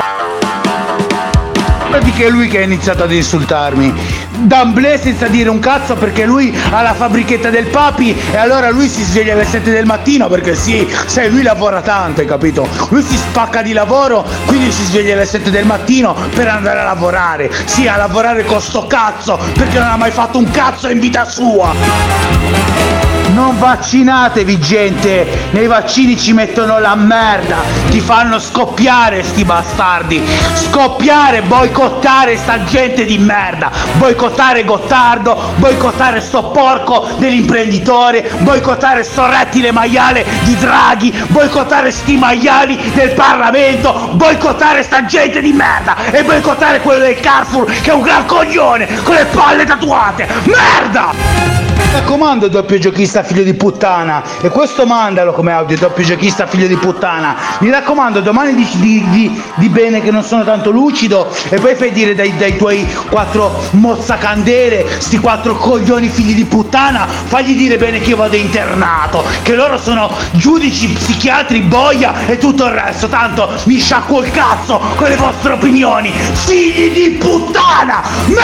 Di che è lui che ha iniziato ad insultarmi d'amblè senza dire un cazzo, perché lui ha la fabbrichetta del Papi e allora lui si sveglia alle sette del mattino, perché sì, sai, lui lavora tanto, hai capito? Lui si spacca di lavoro, quindi si sveglia alle sette del mattino per andare a lavorare, sì, a lavorare con sto cazzo, perché non ha mai fatto un cazzo in vita sua. Non vaccinatevi, gente, nei vaccini ci mettono la merda, ti fanno scoppiare sti bastardi, scoppiare, boicottare sta gente di merda, boicottare Gottardo, boicottare sto porco dell'imprenditore, boicottare sto rettile maiale di Draghi, boicottare sti maiali del Parlamento, boicottare sta gente di merda e boicottare quello del Carrefour che è un gran coglione con le palle tatuate, merda! Mi raccomando, doppio giochista figlio di puttana, e questo mandalo come audio, doppio giochista figlio di puttana, mi raccomando, domani dici di, di, di bene che non sono tanto lucido e poi fai dire dai, dai tuoi quattro mozzacandele, sti quattro coglioni figli di puttana, fagli dire bene che io vado internato, che loro sono giudici, psichiatri, boia e tutto il resto, tanto mi sciacquo il cazzo con le vostre opinioni, figli di puttana,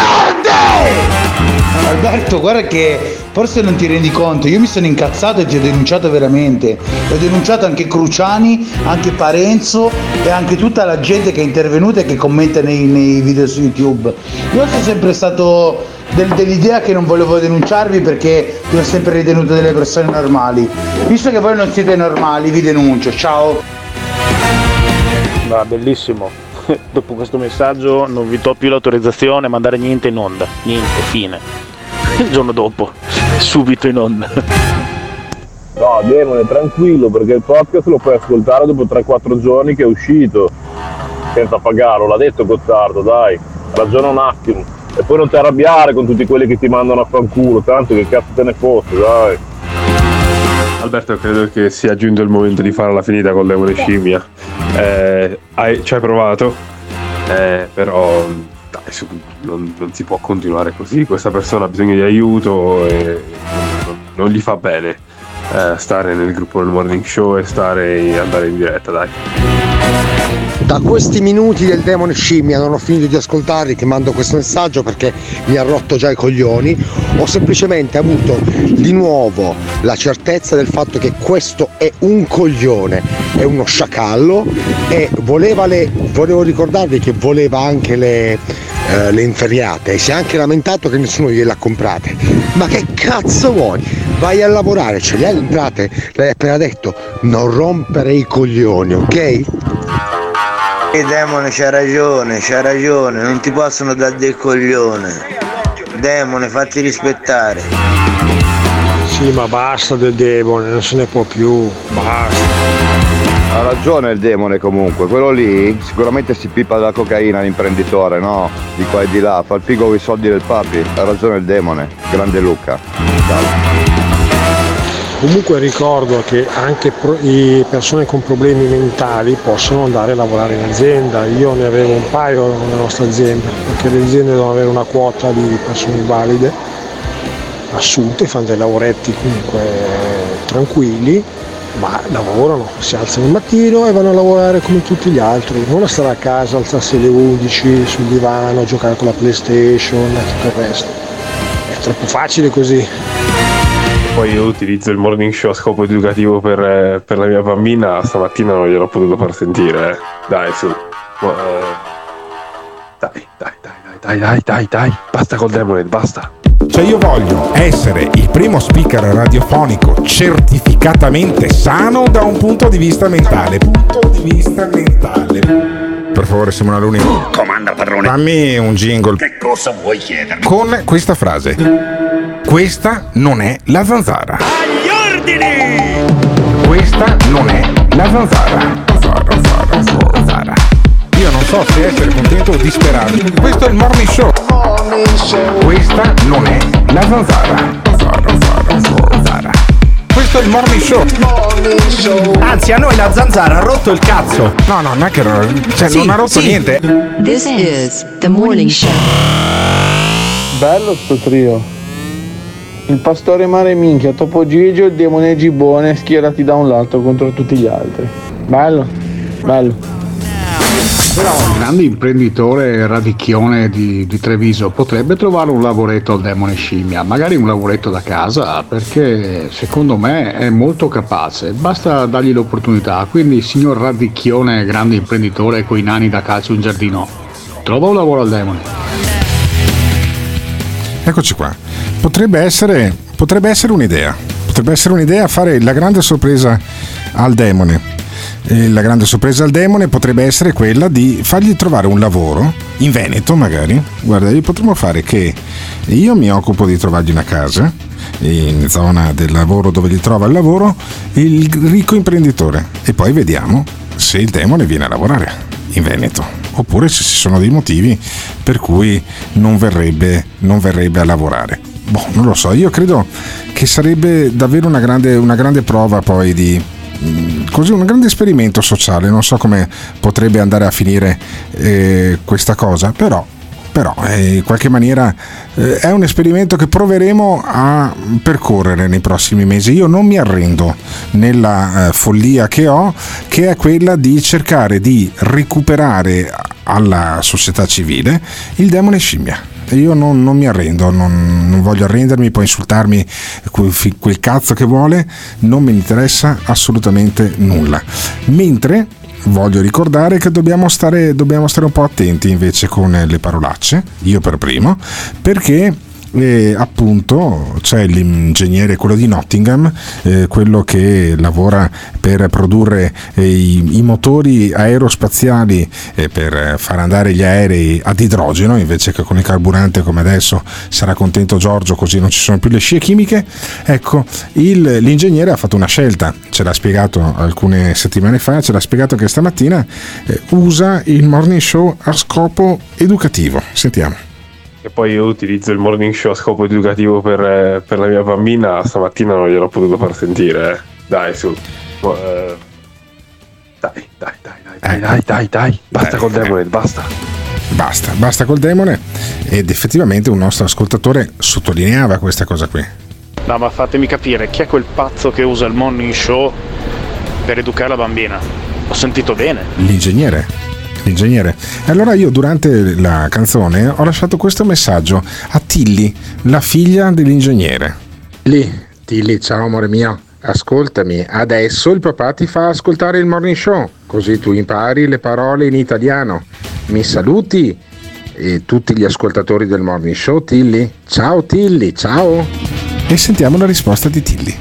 merde! Alberto, guarda che forse non ti rendi conto, io mi sono incazzato e ti ho denunciato veramente, ho denunciato anche Cruciani, anche Parenzo e anche tutta la gente che è intervenuta e che commenta nei, nei video su YouTube. Io sono sempre stato del, dell'idea che non volevo denunciarvi perché vi ho sempre ritenuto delle persone normali. Visto che voi non siete normali, vi denuncio, ciao. Va, bellissimo. Dopo questo messaggio non vi do più l'autorizzazione a mandare niente in onda, niente, fine. Il giorno dopo, subito in onda. No, Demone, tranquillo, perché il podcast lo puoi ascoltare dopo tre quattro giorni che è uscito, senza pagarlo, l'ha detto Gottardo, dai, ragiona un attimo. E poi non ti arrabbiare con tutti quelli che ti mandano a fanculo, tanto che cazzo te ne fosse, dai. Alberto, credo che sia giunto il momento di fare la finita con Demone Scimmia. Eh, hai, ci hai provato, eh, però dai, su, non, non si può continuare così. Questa persona ha bisogno di aiuto e non, non gli fa bene eh, stare nel gruppo del morning show e stare andare in diretta, dai. Da questi minuti del Demone Scimmia non ho finito di ascoltarli, che mando questo messaggio perché mi ha rotto già i coglioni. Ho semplicemente avuto di nuovo la certezza del fatto che questo è un coglione, è uno sciacallo e voleva le, volevo ricordarvi che voleva anche le, eh, le inferriate e si è anche lamentato che nessuno gliele ha comprate. Ma che cazzo vuoi? Vai a lavorare, ce le hai le entrate? L'hai appena detto, non rompere i coglioni, ok? Il demone c'ha ragione, c'ha ragione, non ti possono dare del coglione. Demone, fatti rispettare. Sì, ma basta del demone, non se ne può più, basta. Ha ragione il demone comunque, quello lì sicuramente si pipa della cocaina l'imprenditore, no? Di qua e di là, fa il figo con i soldi del papi, ha ragione il demone, grande Luca. Ciao. Comunque ricordo che anche pro- i persone con problemi mentali possono andare a lavorare in azienda. Io ne avevo un paio nella nostra azienda, perché le aziende devono avere una quota di persone valide assunte, fanno dei lavoretti comunque tranquilli, ma lavorano, si alzano il mattino e vanno a lavorare come tutti gli altri, non a stare a casa, alzarsi alle undici sul divano, giocare con la PlayStation e tutto il resto. È troppo facile così. Poi io utilizzo il morning show a scopo educativo per, per la mia bambina, stamattina non gliel'ho potuto far sentire, eh. Dai su. Ma, eh, dai, dai, dai, dai, dai, dai, dai, basta col demone, basta. Cioè io voglio essere il primo speaker radiofonico certificatamente sano da un punto di vista mentale. Punto di vista mentale. Per favore Simona Luni, comanda padrone, fammi un jingle. Che cosa vuoi chiedermi? Con questa frase: questa non è la zanzara. Agli ordini! Questa non è la zanzara. Zanzara, zanzara, zanzara. Io non so se essere contento o disperato. Questo è il morning show. Questa non è la zanzara. Zanzara, zanzara, zanzara. Questo è il morning show. Anzi, a noi la zanzara ha rotto il cazzo. No, no, non è che non, cioè, sì, non ha rotto sì. niente. This is the morning show. Bello sto trio. Il pastore Mare Minchia, Topo Gigio e il demone Gibone schierati da un lato contro tutti gli altri. Bello, bello. Però il grande imprenditore radicchione di, di Treviso potrebbe trovare un lavoretto al demone scimmia, magari un lavoretto da casa, perché secondo me è molto capace, basta dargli l'opportunità. Quindi signor radicchione, grande imprenditore coi nani da calcio in giardino, trova un lavoro al demone. Eccoci qua. Potrebbe essere, potrebbe essere un'idea. Potrebbe essere un'idea fare la grande sorpresa al demone. E la grande sorpresa al demone potrebbe essere quella di fargli trovare un lavoro in Veneto, magari. Guarda, io potremmo fare che io mi occupo di trovargli una casa in zona del lavoro dove gli trova il lavoro il ricco imprenditore, e poi vediamo se il demone viene a lavorare in Veneto oppure se ci sono dei motivi per cui non verrebbe, non verrebbe a lavorare. Boh, non lo so, io credo che sarebbe davvero una grande, una grande prova poi di così, un grande esperimento sociale. Non so come potrebbe andare a finire eh, questa cosa, però però eh, in qualche maniera eh, è un esperimento che proveremo a percorrere nei prossimi mesi. Io non mi arrendo nella eh, follia che ho, che è quella di cercare di recuperare alla società civile il demone scimmia. Io non, non mi arrendo, non, non voglio arrendermi, può insultarmi quel, quel cazzo che vuole, non mi interessa assolutamente nulla. Mentre voglio ricordare che dobbiamo stare, dobbiamo stare un po' attenti invece con le parolacce, io per primo, perché e appunto c'è l'ingegnere, quello di Nottingham, eh, quello che lavora per produrre eh, i, i motori aerospaziali eh, per far andare gli aerei ad idrogeno invece che con il carburante come adesso. Sarà contento Giorgio, così non ci sono più le scie chimiche. Ecco, il, l'ingegnere ha fatto una scelta, ce l'ha spiegato alcune settimane fa, ce l'ha spiegato che stamattina eh, usa il morning show a scopo educativo. Sentiamo. E poi io utilizzo il morning show a scopo educativo per, per la mia bambina, stamattina non gliel'ho potuto far sentire. Eh. Dai, su. Uh, dai, dai, dai, dai, dai, dai, dai, dai, basta col demone, basta. Basta, basta col demone. Ed effettivamente un nostro ascoltatore sottolineava questa cosa qui. No, ma fatemi capire, chi è quel pazzo che usa il morning show per educare la bambina? Ho sentito bene. L'ingegnere. L'ingegnere. E allora io durante la canzone ho lasciato questo messaggio a Tilly, la figlia dell'ingegnere. Tilly, Tilly, ciao amore mio, ascoltami, adesso il papà ti fa ascoltare il morning show, così tu impari le parole in italiano. Mi saluti e tutti gli ascoltatori del morning show, Tilly? Ciao Tilly, ciao. E sentiamo la risposta di Tilly.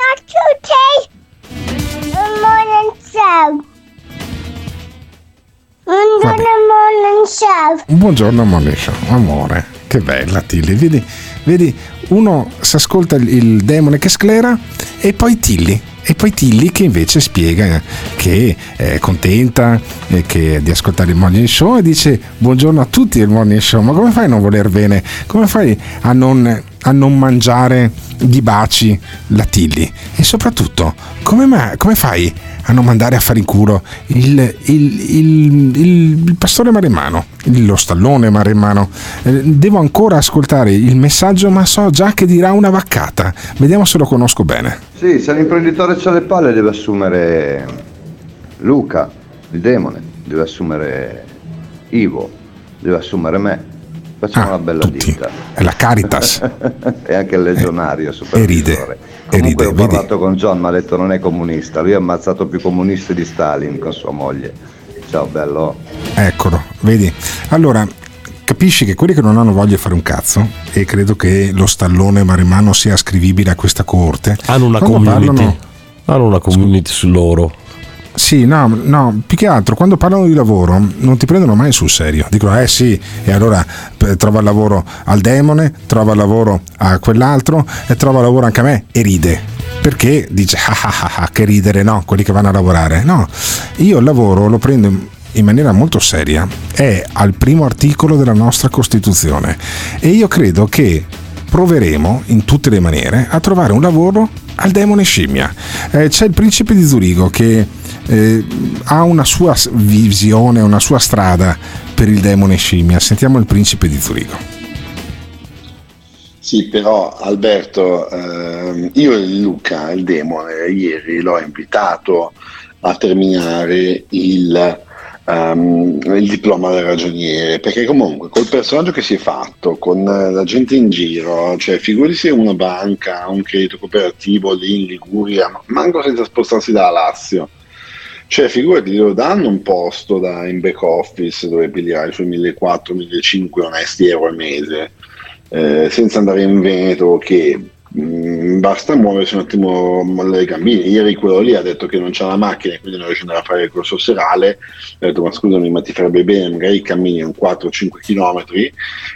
Non a tutti il morning show. Buongiorno Morning Show. Buongiorno Morning Show, amore, che bella Tilly, vedi, vedi uno si ascolta il, il demone che sclera e poi Tilly. E poi Tilly che invece spiega che è contenta che, di ascoltare il Morning Show e dice buongiorno a tutti il Morning Show, ma come fai a non voler bene? Come fai a non, a non mangiare gli baci la Tilly? E soprattutto come, ma, come fai a non mandare a fare in culo il, il, il, il, il pastore Maremmano, lo stallone Maremmano? Eh, devo ancora ascoltare il messaggio, ma so già che dirà una vaccata. Vediamo se lo conosco bene. Sì, se l'imprenditore c'ha le palle deve assumere Luca, il demone, deve assumere Ivo, deve assumere me. Facciamo ah, una bella tutti. Ditta. È la Caritas. E anche il legionario, supervisore. E ride. Comunque e ride, ho parlato vedi? con John, mi ha detto non è comunista, lui ha ammazzato più comunisti di Stalin con sua moglie. Ciao bello. Eccolo, vedi? Allora, capisci che quelli che non hanno voglia di fare un cazzo, e credo che lo stallone Maremmano sia ascrivibile a questa coorte, hanno una community parlano... hanno una community su loro. Sì, no, no, più che altro quando parlano di lavoro non ti prendono mai sul serio, dicono eh sì, e allora trova il lavoro al demone, trova il lavoro a quell'altro e trova il lavoro anche a me, e ride, perché dice ah ah ah, ah che ridere, no, quelli che vanno a lavorare, no, io il lavoro lo prendo in in maniera molto seria, è al primo articolo della nostra Costituzione e io credo che proveremo in tutte le maniere a trovare un lavoro al demone scimmia. Eh, c'è il principe di Zurigo che eh, ha una sua visione, una sua strada per il demone scimmia. Sentiamo il principe di Zurigo. Sì, però Alberto, ehm, io e Luca, il demone, ieri l'ho invitato a terminare il Um, il diploma da ragioniere, perché comunque col personaggio che si è fatto, con la gente in giro, cioè figuri se una banca, un credito cooperativo lì in Liguria, manco senza spostarsi da Lazio, cioè figurati, lo danno un posto da, in back office dove pigliare i suoi millequattrocento millecinquecento onesti euro al mese, eh, senza andare in Veneto, che Mm, basta muoversi un attimo le gambine. Ieri quello lì ha detto che non c'è la macchina e quindi non riesce ad andare a fare il corso serale. Ha detto ma scusami, ma ti farebbe bene magari cammini un quattro cinque chilometri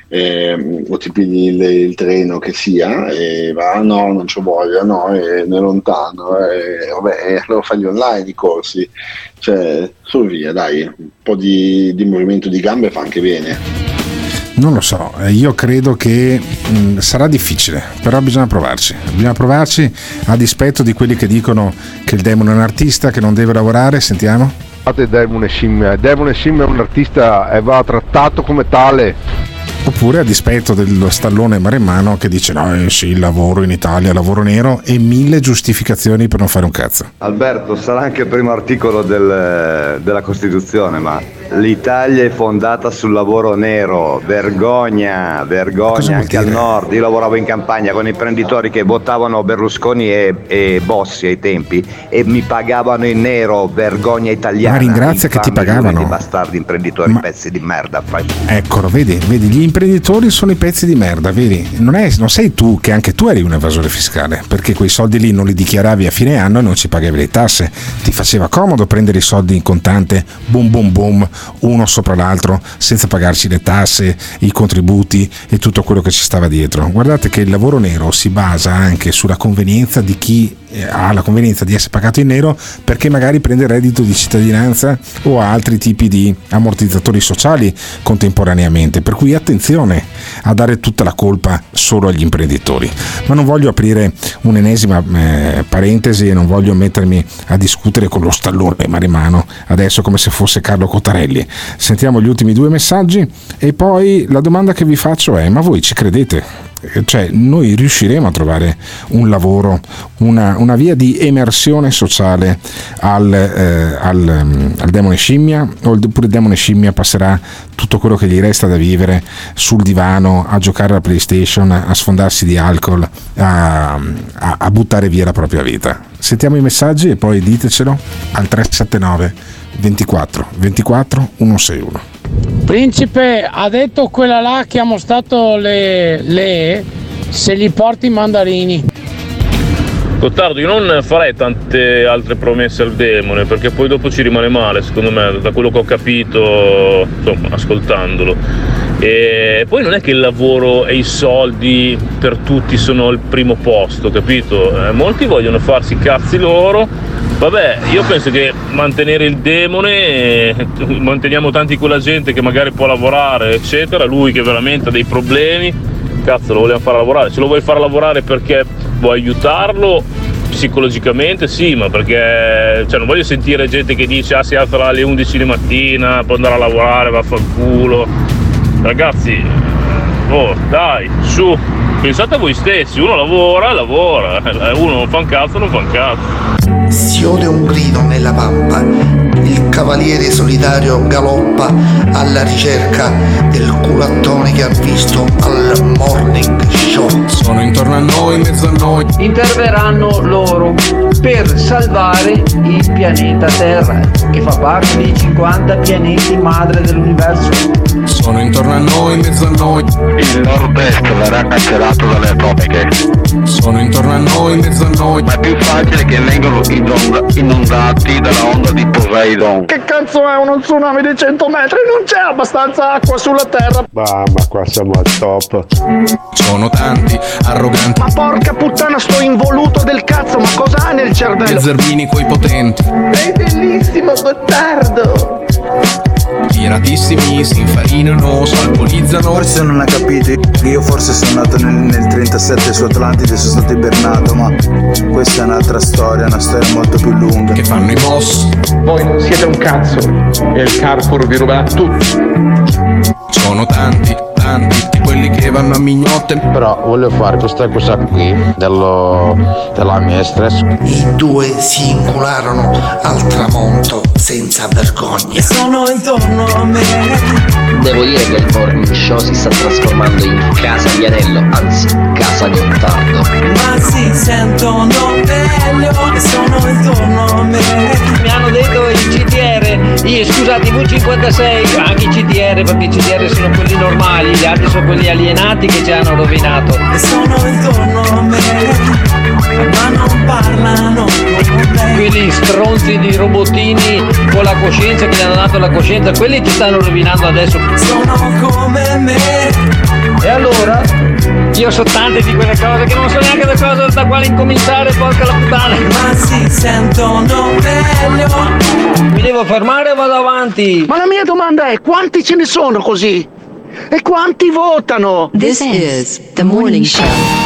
eh, o ti pigli il, il treno che sia e va, no non c'ho voglia, no, è lontano, e vabbè, allora fagli online i corsi, cioè su via, dai, un po' di, di movimento di gambe fa anche bene. Non lo so, io credo che mh, sarà difficile, però bisogna provarci, bisogna provarci a dispetto di quelli che dicono che il demone è un artista, che non deve lavorare. Sentiamo. Il demone scimmia, il demone scimmia è un artista e va trattato come tale. Oppure a dispetto dello stallone Maremmano che dice no, eh sì, il lavoro in Italia, lavoro nero, e mille giustificazioni per non fare un cazzo. Alberto, sarà anche il primo articolo del, della Costituzione, ma l'Italia è fondata sul lavoro nero, vergogna, vergogna anche al nord. Io lavoravo in campagna con imprenditori che votavano Berlusconi e, e Bossi ai tempi e mi pagavano in nero, vergogna italiana. Ma ringrazia che ti pagavano. Bastardi imprenditori, ma... pezzi di merda. Eccolo, vedi, vedi, gli imprenditori sono i pezzi di merda, vedi? Non, è, non sei tu che anche tu eri un evasore fiscale, perché quei soldi lì non li dichiaravi a fine anno e non ci pagavi le tasse. Ti faceva comodo prendere i soldi in contante, boom boom boom, uno sopra l'altro, senza pagarci le tasse, i contributi e tutto quello che ci stava dietro. Guardate che il lavoro nero si basa anche sulla convenienza di chi ha la convenienza di essere pagato in nero, perché magari prende il reddito di cittadinanza o altri tipi di ammortizzatori sociali contemporaneamente, per cui attenzione a dare tutta la colpa solo agli imprenditori. Ma non voglio aprire un'ennesima eh, parentesi e non voglio mettermi a discutere con lo stallone Maremmano adesso come se fosse Carlo Cottarelli. Sentiamo gli ultimi due messaggi e poi la domanda che vi faccio è: ma voi ci credete? Cioè, noi riusciremo a trovare un lavoro, una, una via di emersione sociale al, eh, al, al demone scimmia, oppure il demone scimmia passerà tutto quello che gli resta da vivere sul divano a giocare alla PlayStation, a sfondarsi di alcol, a, a, a buttare via la propria vita? Sentiamo i messaggi e poi ditecelo al tre sette nove ventiquattro ventiquattro centosessantuno. Principe, ha detto quella là che ha mostrato le, le se gli porti i mandarini. Gottardo, io non farei tante altre promesse al demone, perché poi dopo ci rimane male, secondo me, da quello che ho capito, insomma, ascoltandolo. E poi non è che il lavoro e i soldi per tutti sono al primo posto, capito? Eh, molti vogliono farsi i cazzi loro. Vabbè, io penso che mantenere il demone, eh, manteniamo tanti quella gente che magari può lavorare, eccetera, lui che veramente ha dei problemi, cazzo, lo vogliamo far lavorare. Se lo vuoi far lavorare perché vuoi aiutarlo psicologicamente, sì, ma perché, cioè, non voglio sentire gente che dice ah si alza alle undici di mattina, può andare a lavorare, vaffanculo. Ragazzi, oh dai, su, pensate a voi stessi, uno lavora, lavora, uno non fa un cazzo, non fa un cazzo. Si ode un grido nella pampa, il cavaliere solitario galoppa alla ricerca del culattone che ha visto al morning show. Sono intorno a noi, in mezzo a noi. Interverranno loro per salvare il pianeta Terra, che fa parte dei cinquanta pianeti madre dell'universo. Sono intorno a noi, in mezzo a noi. Il nord-est verrà cancellato dalle atomiche. Sono intorno a noi, in mezzo a noi. Ma è più facile che vengano inondati dalla onda di Poseidon. Che cazzo è uno tsunami di cento metri? Non c'è abbastanza acqua sulla terra. Ma, ma qua siamo al top. Sono tanti, arroganti. Ma porca puttana, sto involuto del cazzo, ma cosa ha nel cervello? E zerbini coi potenti. È bellissimo, Gottardo. Tiratissimi, si infarinano, salpolizzano. Forse non ha capito, io forse sono nato nel, nel trentasette su Atlantide, sono stato ibernato, ma questa è un'altra storia, una storia molto più lunga. Che fanno i boss? Voi non siete un cazzo e il Carrefour vi ruberà tutto. Sono tanti, tanti, di quelli che vanno a mignotte. Però voglio fare questa cosa qui dello, della mia stress. I due si incularono al tramonto senza vergogna. Sono intorno a me. Devo dire che il morning show si sta trasformando in casa di Anello, anzi casa Gottardo. Ma si sentono meglio e sono intorno a me. Mi hanno detto il C D R, io, scusate, i V cinquantasei, anche i C D R, perché i C D R sono quelli normali, gli altri sono quelli alienati che ci hanno rovinato. E sono intorno a me, ma non parlano con me. Quelli stronzi di robottini con la coscienza, che gli hanno dato la coscienza, quelli ci stanno rovinando adesso. Sono come me. E allora? Io so tante di quelle cose che non so neanche da cosa da quale incominciare, porca la puttana. Ma si sentono meglio. Mi devo fermare o vado avanti? Ma la mia domanda è: quanti ce ne sono così? E quanti votano? This is the morning show.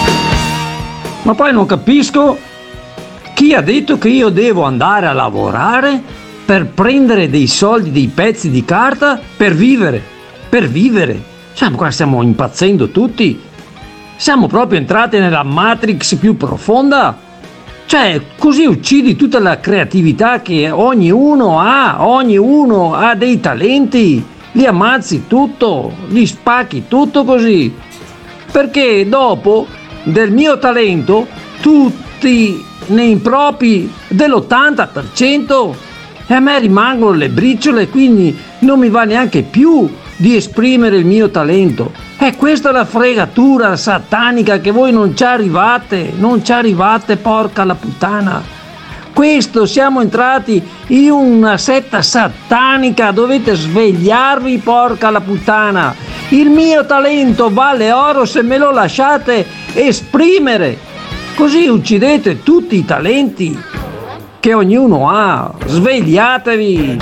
Ma poi non capisco chi ha detto che io devo andare a lavorare per prendere dei soldi, dei pezzi di carta per vivere. Per vivere. Cioè, qua stiamo impazzendo tutti. Siamo proprio entrati nella Matrix più profonda. Cioè, così uccidi tutta la creatività che ognuno ha, ognuno ha dei talenti, li ammazzi tutto, li spacchi tutto così. Perché dopo del mio talento tutti ne impropri dell'ottanta per cento e a me rimangono le briciole, quindi non mi va neanche più di esprimere il mio talento. E questa è la fregatura satanica che voi non ci arrivate, non ci arrivate, porca la puttana. Questo, siamo entrati in una setta satanica, dovete svegliarvi, porca la puttana. Il mio talento vale oro se me lo lasciate esprimere. Così uccidete tutti i talenti che ognuno ha. Svegliatevi.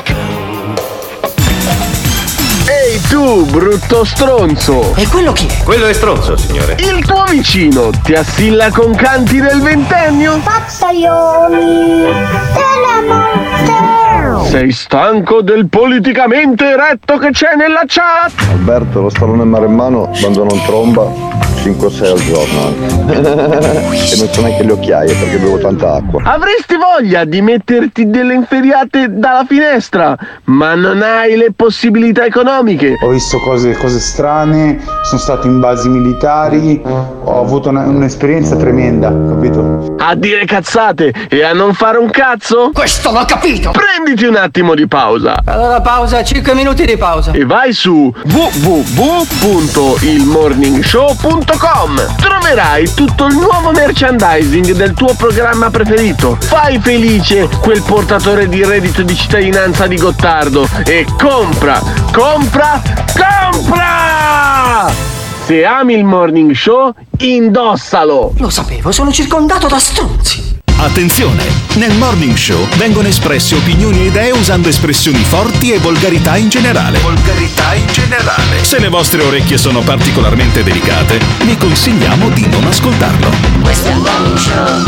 Ehi tu, brutto stronzo! E quello chi è? Quello è stronzo, signore. Il tuo vicino ti assilla con canti del ventennio? Pazzaioli della morte! Sei stanco del politicamente eretto che c'è nella chat? Alberto, lo stallone maremmano quando non tromba cinque sei al giorno anche. E non so neanche le occhiaie perché bevo tanta acqua. Avresti voglia di metterti delle inferriate dalla finestra, ma non hai le possibilità economiche. Ho visto cose, cose strane, sono stato in basi militari, ho avuto una, un'esperienza tremenda, capito? A dire cazzate e a non fare un cazzo? Questo l'ho capito! Prenditi una attimo di pausa. Allora pausa, cinque minuti di pausa. E vai su w w w punto il morning show punto com. Troverai tutto il nuovo merchandising del tuo programma preferito. Fai felice quel portatore di reddito di cittadinanza di Gottardo e compra, compra, compra! Se ami il morning show, indossalo! Lo sapevo, sono circondato da stronzi. Attenzione! Nel Morning Show vengono espresse opinioni e idee usando espressioni forti e volgarità in generale. Volgarità in generale. Se le vostre orecchie sono particolarmente delicate, vi consigliamo di non ascoltarlo. Questo è il Morning Show.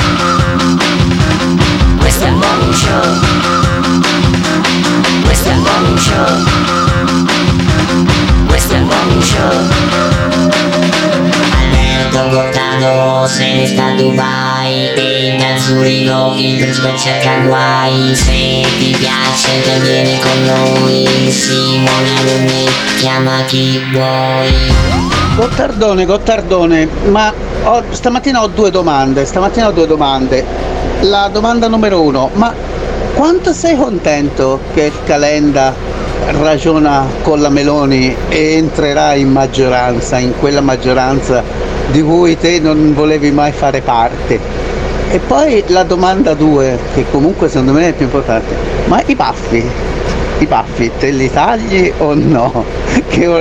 Questo è il Morning Show. Questo è il Morning Show. Questo è il Morning Show. Gottardo se ne sta a Dubai e da Zurigo il principe cerca guai. Se ti piace te vieni con noi, Simone Alunni chiama chi vuoi. Gottardone, Gottardone, ma ho, stamattina ho due domande, stamattina ho due domande. La domanda numero uno, ma quanto sei contento che il Calenda ragiona con la Meloni e entrerà in maggioranza, in quella maggioranza di cui te non volevi mai fare parte? E poi la domanda due, che comunque secondo me è più importante, ma i baffi, i baffi te li tagli o no? Che or-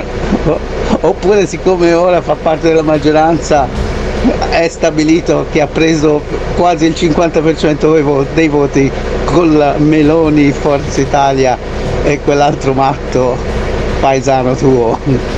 oppure siccome ora fa parte della maggioranza è stabilito che ha preso quasi il cinquanta per cento dei voti, dei voti con la Meloni, Forza Italia e quell'altro matto paesano tuo?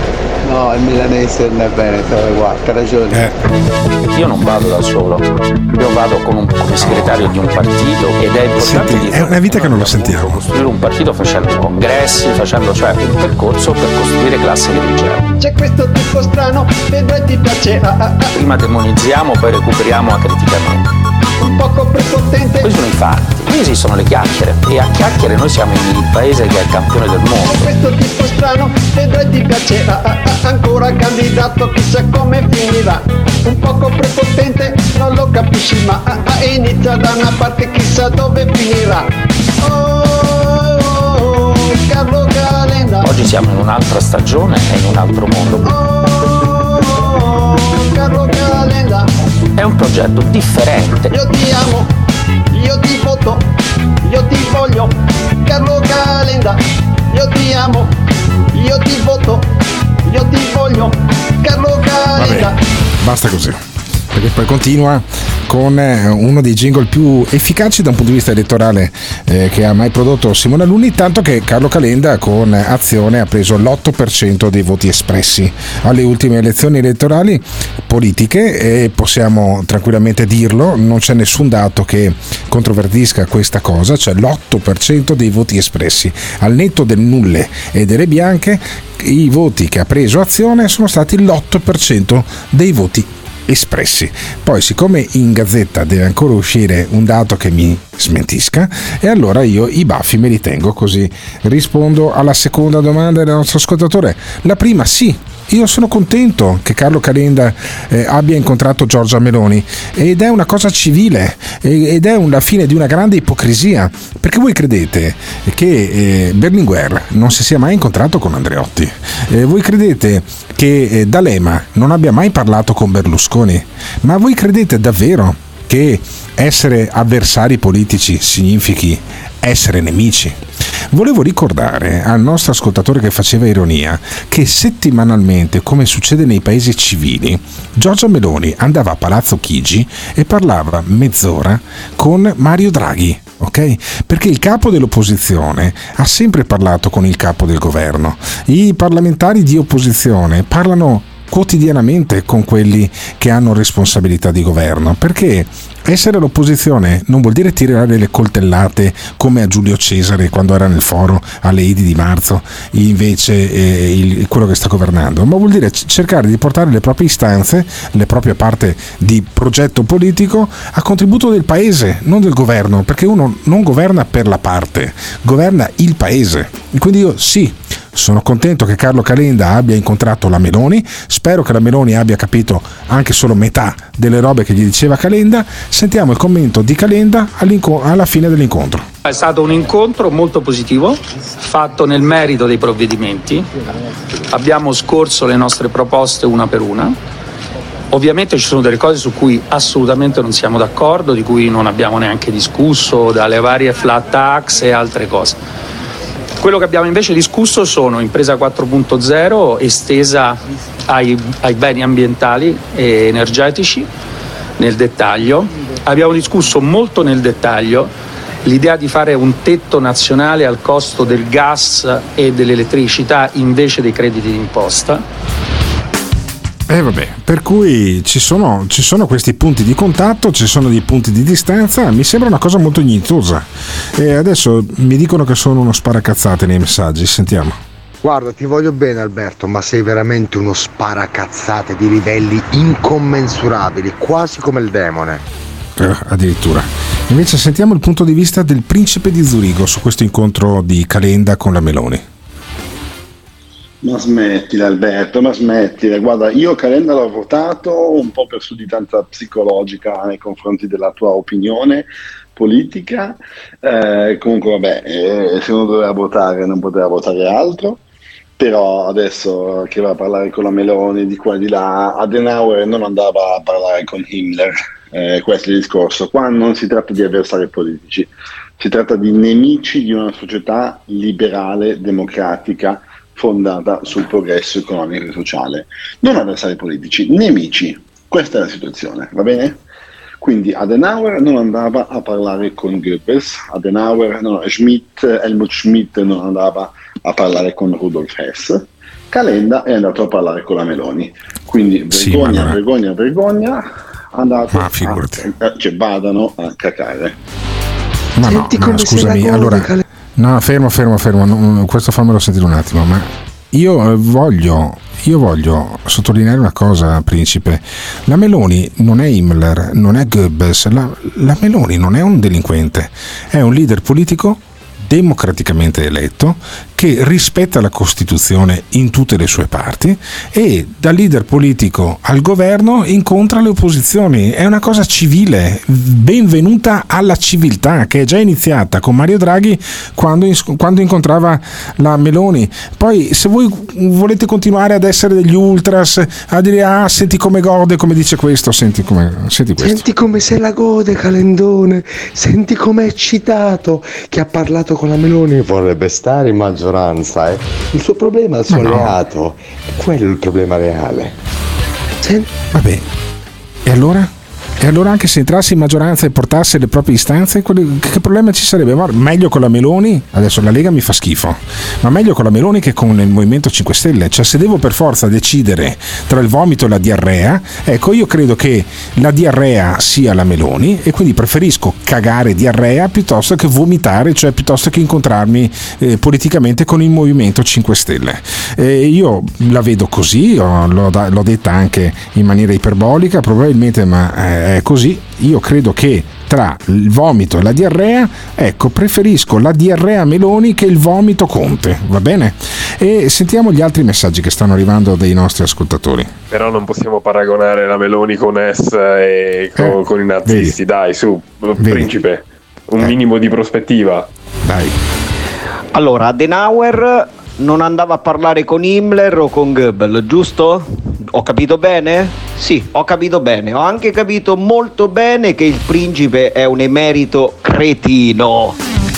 No, il milanese non è Veneto, guarda, ha ragione. Eh. Io non vado da solo, io vado con un, come segretario di un partito ed è importante. Senti, è una vita che non lo sentiamo. Costruire un partito facendo congressi, facendo cioè un percorso per costruire classe dirigente. C'è questo tipo strano, vedrai ti piace. Ah, ah, ah. Prima demonizziamo, poi recuperiamo acriticamente. Un poco prepotente. Questi sono i fatti, qui esistono le chiacchiere e a chiacchiere noi siamo il paese che è il campione del mondo. C'è questo tipo strano, vedrai ti piace. Ah, ah, ah. Ancora candidato, chissà come finirà. Un poco prepotente, non lo capisci ma ah, ah. Inizia da una parte, chissà dove finirà. Oh, oh, oh, Carlo Calenda. Oggi siamo in un'altra stagione e in un altro mondo. Oh, oh, Carlo Calenda. È un progetto differente. Io ti amo, io ti voto, io ti voglio, Carlo Calenda. Io ti amo, io ti voto, io ti voglio, Carlo Calenda. Vabbè, basta così, perché poi continua con uno dei jingle più efficaci da un punto di vista elettorale eh, che ha mai prodotto Simone Alunni, tanto che Carlo Calenda con Azione ha preso l'otto per cento dei voti espressi alle ultime elezioni elettorali politiche e possiamo tranquillamente dirlo, non c'è nessun dato che controvertisca questa cosa, cioè l'otto per cento dei voti espressi, al netto del nulle e delle bianche. I voti che ha preso Azione sono stati l'otto per cento dei voti espressi. Poi siccome in Gazzetta deve ancora uscire un dato che mi smentisca, e allora io i baffi me li tengo, così rispondo alla seconda domanda del nostro ascoltatore. La prima, sì, io sono contento che Carlo Calenda eh, abbia incontrato Giorgia Meloni ed è una cosa civile ed è la fine di una grande ipocrisia, perché voi credete che eh, Berlinguer non si sia mai incontrato con Andreotti, eh, voi credete che eh, D'Alema non abbia mai parlato con Berlusconi, ma voi credete davvero che essere avversari politici significhi essere nemici? Volevo ricordare al nostro ascoltatore che faceva ironia che settimanalmente, come succede nei paesi civili, Giorgia Meloni andava a Palazzo Chigi e parlava mezz'ora con Mario Draghi, ok? Perché il capo dell'opposizione ha sempre parlato con il capo del governo. I parlamentari di opposizione parlano quotidianamente con quelli che hanno responsabilità di governo, perché essere all'opposizione non vuol dire tirare le coltellate come a Giulio Cesare quando era nel foro alle Idi di marzo, invece eh, il, quello che sta governando, ma vuol dire cercare di portare le proprie istanze, le proprie parti di progetto politico a contributo del paese, non del governo, perché uno non governa per la parte, governa il paese. Quindi io sì, Sono contento che Carlo Calenda abbia incontrato la Meloni, spero che la Meloni abbia capito anche solo metà delle robe che gli diceva Calenda. Sentiamo il commento di Calenda alla fine dell'incontro. È stato un incontro molto positivo, fatto nel merito dei provvedimenti. Abbiamo scorso le nostre proposte una per una. Ovviamente ci sono delle cose su cui assolutamente non siamo d'accordo, di cui non abbiamo neanche discusso, dalle varie flat tax e altre cose. Quello che abbiamo invece discusso sono impresa quattro punto zero estesa ai, ai beni ambientali e energetici nel dettaglio. Abbiamo discusso molto nel dettaglio l'idea di fare un tetto nazionale al costo del gas e dell'elettricità invece dei crediti d'imposta. Eh vabbè, per cui ci sono, ci sono questi punti di contatto, ci sono dei punti di distanza, mi sembra una cosa molto dignitosa. E adesso mi dicono che sono uno sparacazzate nei messaggi, sentiamo. Guarda, ti voglio bene Alberto, ma sei veramente uno sparacazzate di livelli incommensurabili, quasi come il demone. Eh, addirittura. Invece sentiamo il punto di vista del principe di Zurigo su questo incontro di Calenda con la Meloni. Ma smettila Alberto, ma smettila, guarda, io Calenda l'ho votato un po' per sudditanza psicologica nei confronti della tua opinione politica, eh, comunque vabbè, eh, se uno doveva votare non poteva votare altro, però adesso che va a parlare con la Meloni di qua e di là, Adenauer non andava a parlare con Himmler, eh, questo è il discorso, qua non si tratta di avversari politici, si tratta di nemici di una società liberale, democratica, fondata sul progresso economico e sociale, non avversari politici, nemici. Questa è la situazione, va bene? Quindi Adenauer non andava a parlare con Goebbels, Adenauer, no, Schmidt, Helmut Schmidt non andava a parlare con Rudolf Hess, Calenda è andato a parlare con la Meloni. Quindi vergogna, sì, vergogna, vergogna, andate ma figurati. A, cioè vadano a cacare. Ma no, no scusami, allora Calenda. No, fermo, fermo, fermo, no, questo fammelo sentire un attimo, ma io voglio, io voglio sottolineare una cosa, principe. La Meloni non è Himmler, non è Goebbels, la, la Meloni non è un delinquente, è un leader politico democraticamente eletto che rispetta la Costituzione in tutte le sue parti e da leader politico al governo incontra le opposizioni. È una cosa civile, benvenuta alla civiltà che è già iniziata con Mario Draghi quando, quando incontrava la Meloni. Poi se voi volete continuare ad essere degli ultras, a dire ah senti come gode, come dice questo, senti come, senti questo. Senti come se la gode Calendone, senti come è eccitato che ha parlato con la Meloni, vorrebbe stare in maggioranza, eh. Il suo problema è il suo alleato, è quello il problema reale. Senti. Vabbè, e allora? E allora anche se entrasse in maggioranza e portasse le proprie istanze, che problema ci sarebbe? Meglio con la Meloni, adesso la Lega mi fa schifo, ma meglio con la Meloni che con il Movimento cinque Stelle. Cioè se devo per forza decidere tra il vomito e la diarrea, ecco io credo che la diarrea sia la Meloni e quindi preferisco cagare diarrea piuttosto che vomitare, cioè piuttosto che incontrarmi eh, politicamente con il Movimento cinque Stelle. Eh, io la vedo così, l'ho, l'ho detta anche in maniera iperbolica probabilmente, ma eh, è così. Io credo che tra il vomito e la diarrea, ecco, preferisco la diarrea Meloni che il vomito Conte, va bene? E sentiamo gli altri messaggi che stanno arrivando dai nostri ascoltatori. Però non possiamo paragonare la Meloni con S e con, eh, con i nazisti, vedi. Dai, su, vedi. Principe, un eh. minimo di prospettiva. Dai. Allora, Adenauer non andava a parlare con Himmler o con Goebbels, giusto? Ho capito bene? Sì, ho capito bene. Ho anche capito molto bene che il principe è un emerito cretino.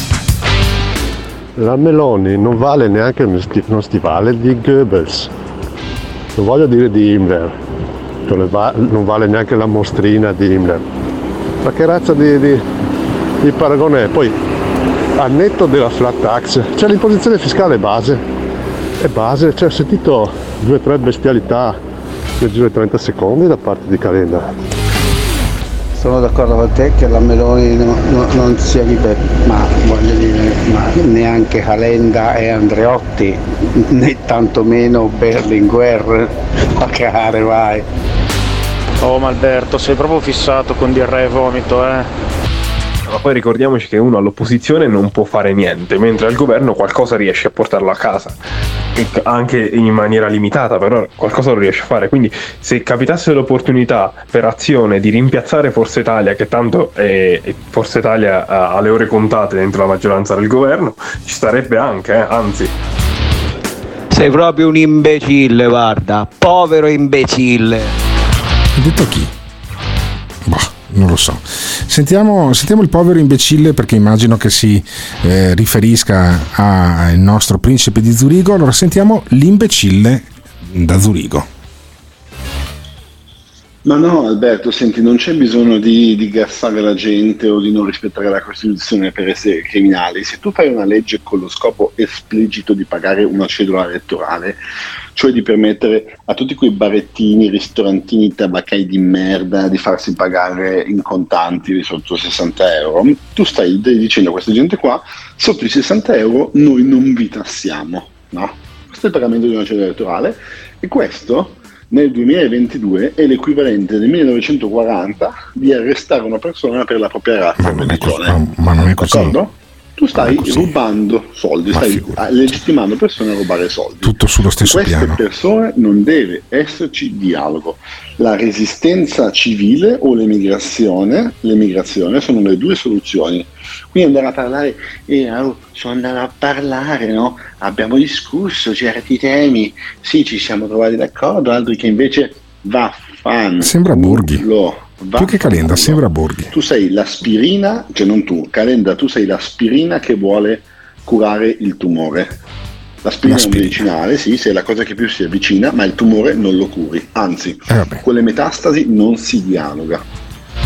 La Meloni non vale neanche uno stivale di Goebbels. Non voglio dire di Himmler. Non vale neanche la mostrina di Himmler. Ma che razza di, di, di paragone è? Poi, al netto della flat tax, c'è l'imposizione fiscale base. È base, cioè ho sentito due o tre bestialità nel giro di trenta secondi da parte di Calenda. Sono d'accordo con te che la Meloni no, no, non sia libera, ma voglio dire, ma neanche Calenda e Andreotti, né tantomeno Berlinguer. A cagare, vai. Oh Malberto, sei proprio fissato con diarrea e vomito, eh? ma poi ricordiamoci che uno all'opposizione non può fare niente, mentre al governo qualcosa riesce a portarlo a casa, e anche in maniera limitata, però qualcosa lo riesce a fare. Quindi se capitasse l'opportunità per Azione di rimpiazzare Forza Italia, che tanto è, è Forza Italia ha le ore contate dentro la maggioranza del governo, ci starebbe anche, eh? Anzi. Sei proprio un imbecille, guarda, povero imbecille. Hai detto chi? Bah, non lo so. Sentiamo, sentiamo il povero imbecille, perché immagino che si eh, riferisca al nostro principe di Zurigo. Allora sentiamo l'imbecille da Zurigo. Ma no, Alberto, senti, non c'è bisogno di, di gassare la gente o di non rispettare la Costituzione per essere criminali. Se tu fai una legge con lo scopo esplicito di pagare una cedola elettorale, cioè di permettere a tutti quei barettini, ristorantini, tabaccai di merda di farsi pagare in contanti sotto sessanta euro, tu stai dicendo a questa gente qua, sotto i sessanta euro noi non vi tassiamo, no? Questo è il pagamento di una cedola elettorale, e questo nel duemilaventidue è l'equivalente del millenovecentoquaranta di arrestare una persona per la propria razza o religione. Ma, ma non è così. D'accordo? Tu stai rubando soldi, ma stai figurati. legittimando persone a rubare soldi. Tutto sullo stesso Queste piano. Queste persone non deve esserci dialogo. La resistenza civile o l'emigrazione, l'emigrazione sono le due soluzioni. Quindi andare a parlare, eh, oh, sono andato a parlare, no? Abbiamo discusso certi temi, sì, ci siamo trovati d'accordo, altri che invece vaffanculo. Sembra Borghi. Più che Calenda, sembra Borghi. Tu sei l'aspirina, cioè non tu, Calenda, tu sei l'aspirina che vuole curare il tumore. L'aspirina, l'aspirina. è un medicinale, sì, sei la cosa che più si avvicina, ma il tumore non lo curi. Anzi, eh con le metastasi non si dialoga.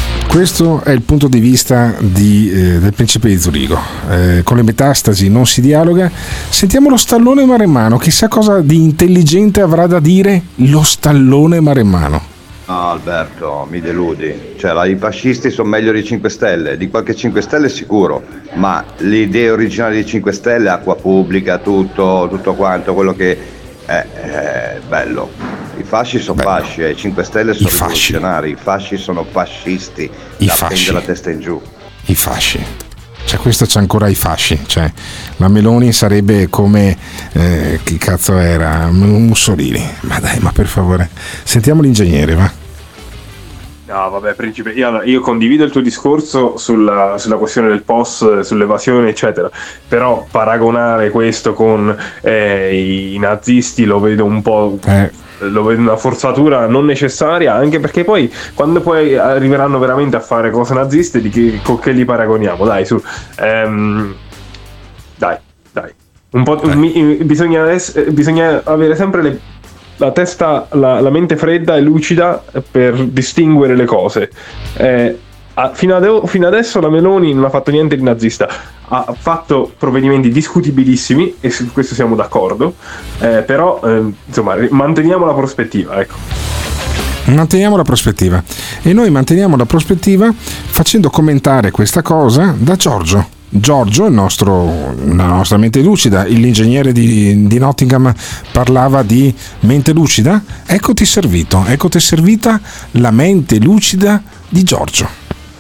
Questo è il punto di vista di, eh, del principe di Zurigo. Eh, con le metastasi non si dialoga. Sentiamo lo stallone maremmano. Chissà cosa di intelligente avrà da dire lo stallone maremmano. No, Alberto, mi deludi. Cioè, la, i fascisti sono meglio di cinque Stelle, di qualche cinque Stelle sicuro, ma l'idea originale di cinque Stelle, acqua pubblica, tutto, tutto quanto, quello che è, è bello. I fasci sono bello. fasci, eh. I cinque Stelle sono I rivoluzionari, i fasci sono fascisti, I da fasci. prendere la testa in giù. I fasci. Cioè, questo c'è ancora i fasci, cioè la Meloni sarebbe come eh, chi cazzo era? Mussolini. Ma dai, ma per favore, sentiamo l'ingegnere, va. No, vabbè, principe, io, io condivido il tuo discorso sulla, sulla questione del P O S, sull'evasione, eccetera, però paragonare questo con eh, i nazisti lo vedo un po'... Eh. Lo vedo una forzatura non necessaria, anche perché poi quando poi arriveranno veramente a fare cose naziste, di che, con che li paragoniamo? Dai, su, ehm, dai, dai, un po' dai. Mi, bisogna, ess- bisogna avere sempre le, la testa, la, la mente fredda e lucida per distinguere le cose. Eh, fino, ad, fino adesso la Meloni non ha fatto niente di nazista, ha fatto provvedimenti discutibilissimi e su questo siamo d'accordo, eh, però eh, insomma manteniamo la prospettiva, ecco. Manteniamo la prospettiva e noi manteniamo la prospettiva facendo commentare questa cosa da Giorgio. Giorgio, il nostro, la nostra mente lucida, l'ingegnere di, di Nottingham parlava di mente lucida. Eccoti servito, eccoti servita la mente lucida di Giorgio.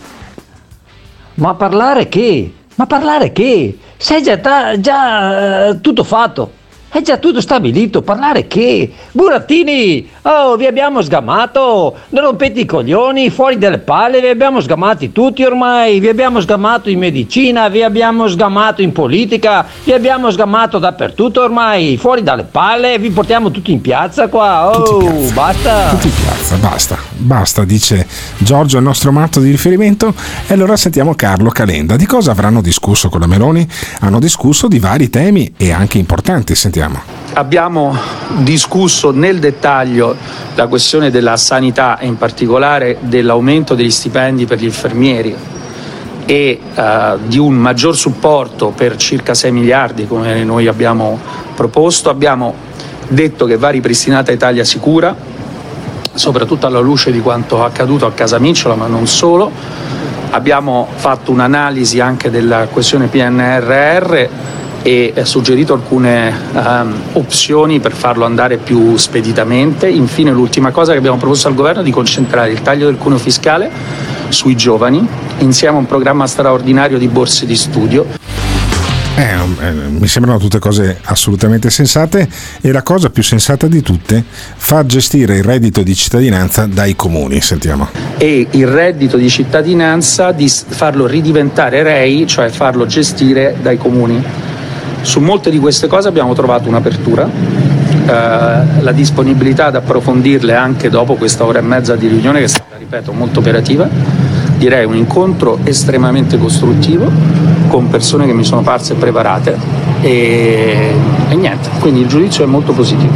Ma parlare che? Ma parlare che? Sei già, ta- già uh, tutto fatto, è già tutto stabilito. Parlare che? Burattini, oh, vi abbiamo sgamato, non rompete i coglioni, fuori dalle palle, vi abbiamo sgamati tutti ormai, vi abbiamo sgamato in medicina, vi abbiamo sgamato in politica, vi abbiamo sgamato dappertutto ormai, fuori dalle palle, vi portiamo tutti in piazza qua, oh, piazza. basta. Tutti in piazza, basta, basta, dice Giorgio, il nostro matto di riferimento. E allora sentiamo Carlo Calenda. Di cosa avranno discusso con la Meloni? Hanno discusso di vari temi e anche importanti, sentiamo. Abbiamo discusso nel dettaglio la questione della sanità e in particolare dell'aumento degli stipendi per gli infermieri e uh, di un maggior supporto per circa sei miliardi come noi abbiamo proposto. Abbiamo detto che va ripristinata Italia Sicura, soprattutto alla luce di quanto accaduto a Casamicciola, ma non solo. Abbiamo fatto un'analisi anche della questione P N R R e suggerito alcune um, opzioni per farlo andare più speditamente. Infine, l'ultima cosa che abbiamo proposto al governo è di concentrare il taglio del cuneo fiscale sui giovani, insieme a un programma straordinario di borse di studio. Eh, eh, mi sembrano tutte cose assolutamente sensate, e la cosa più sensata di tutte, far gestire il reddito di cittadinanza dai comuni. Sentiamo. E il reddito di cittadinanza di farlo ridiventare R E I, cioè farlo gestire dai comuni. Su molte di queste cose abbiamo trovato un'apertura, eh, la disponibilità ad approfondirle anche dopo questa ora e mezza di riunione, che è stata, ripeto, molto operativa. Direi un incontro estremamente costruttivo con persone che mi sono parse preparate, e, e niente, quindi il giudizio è molto positivo.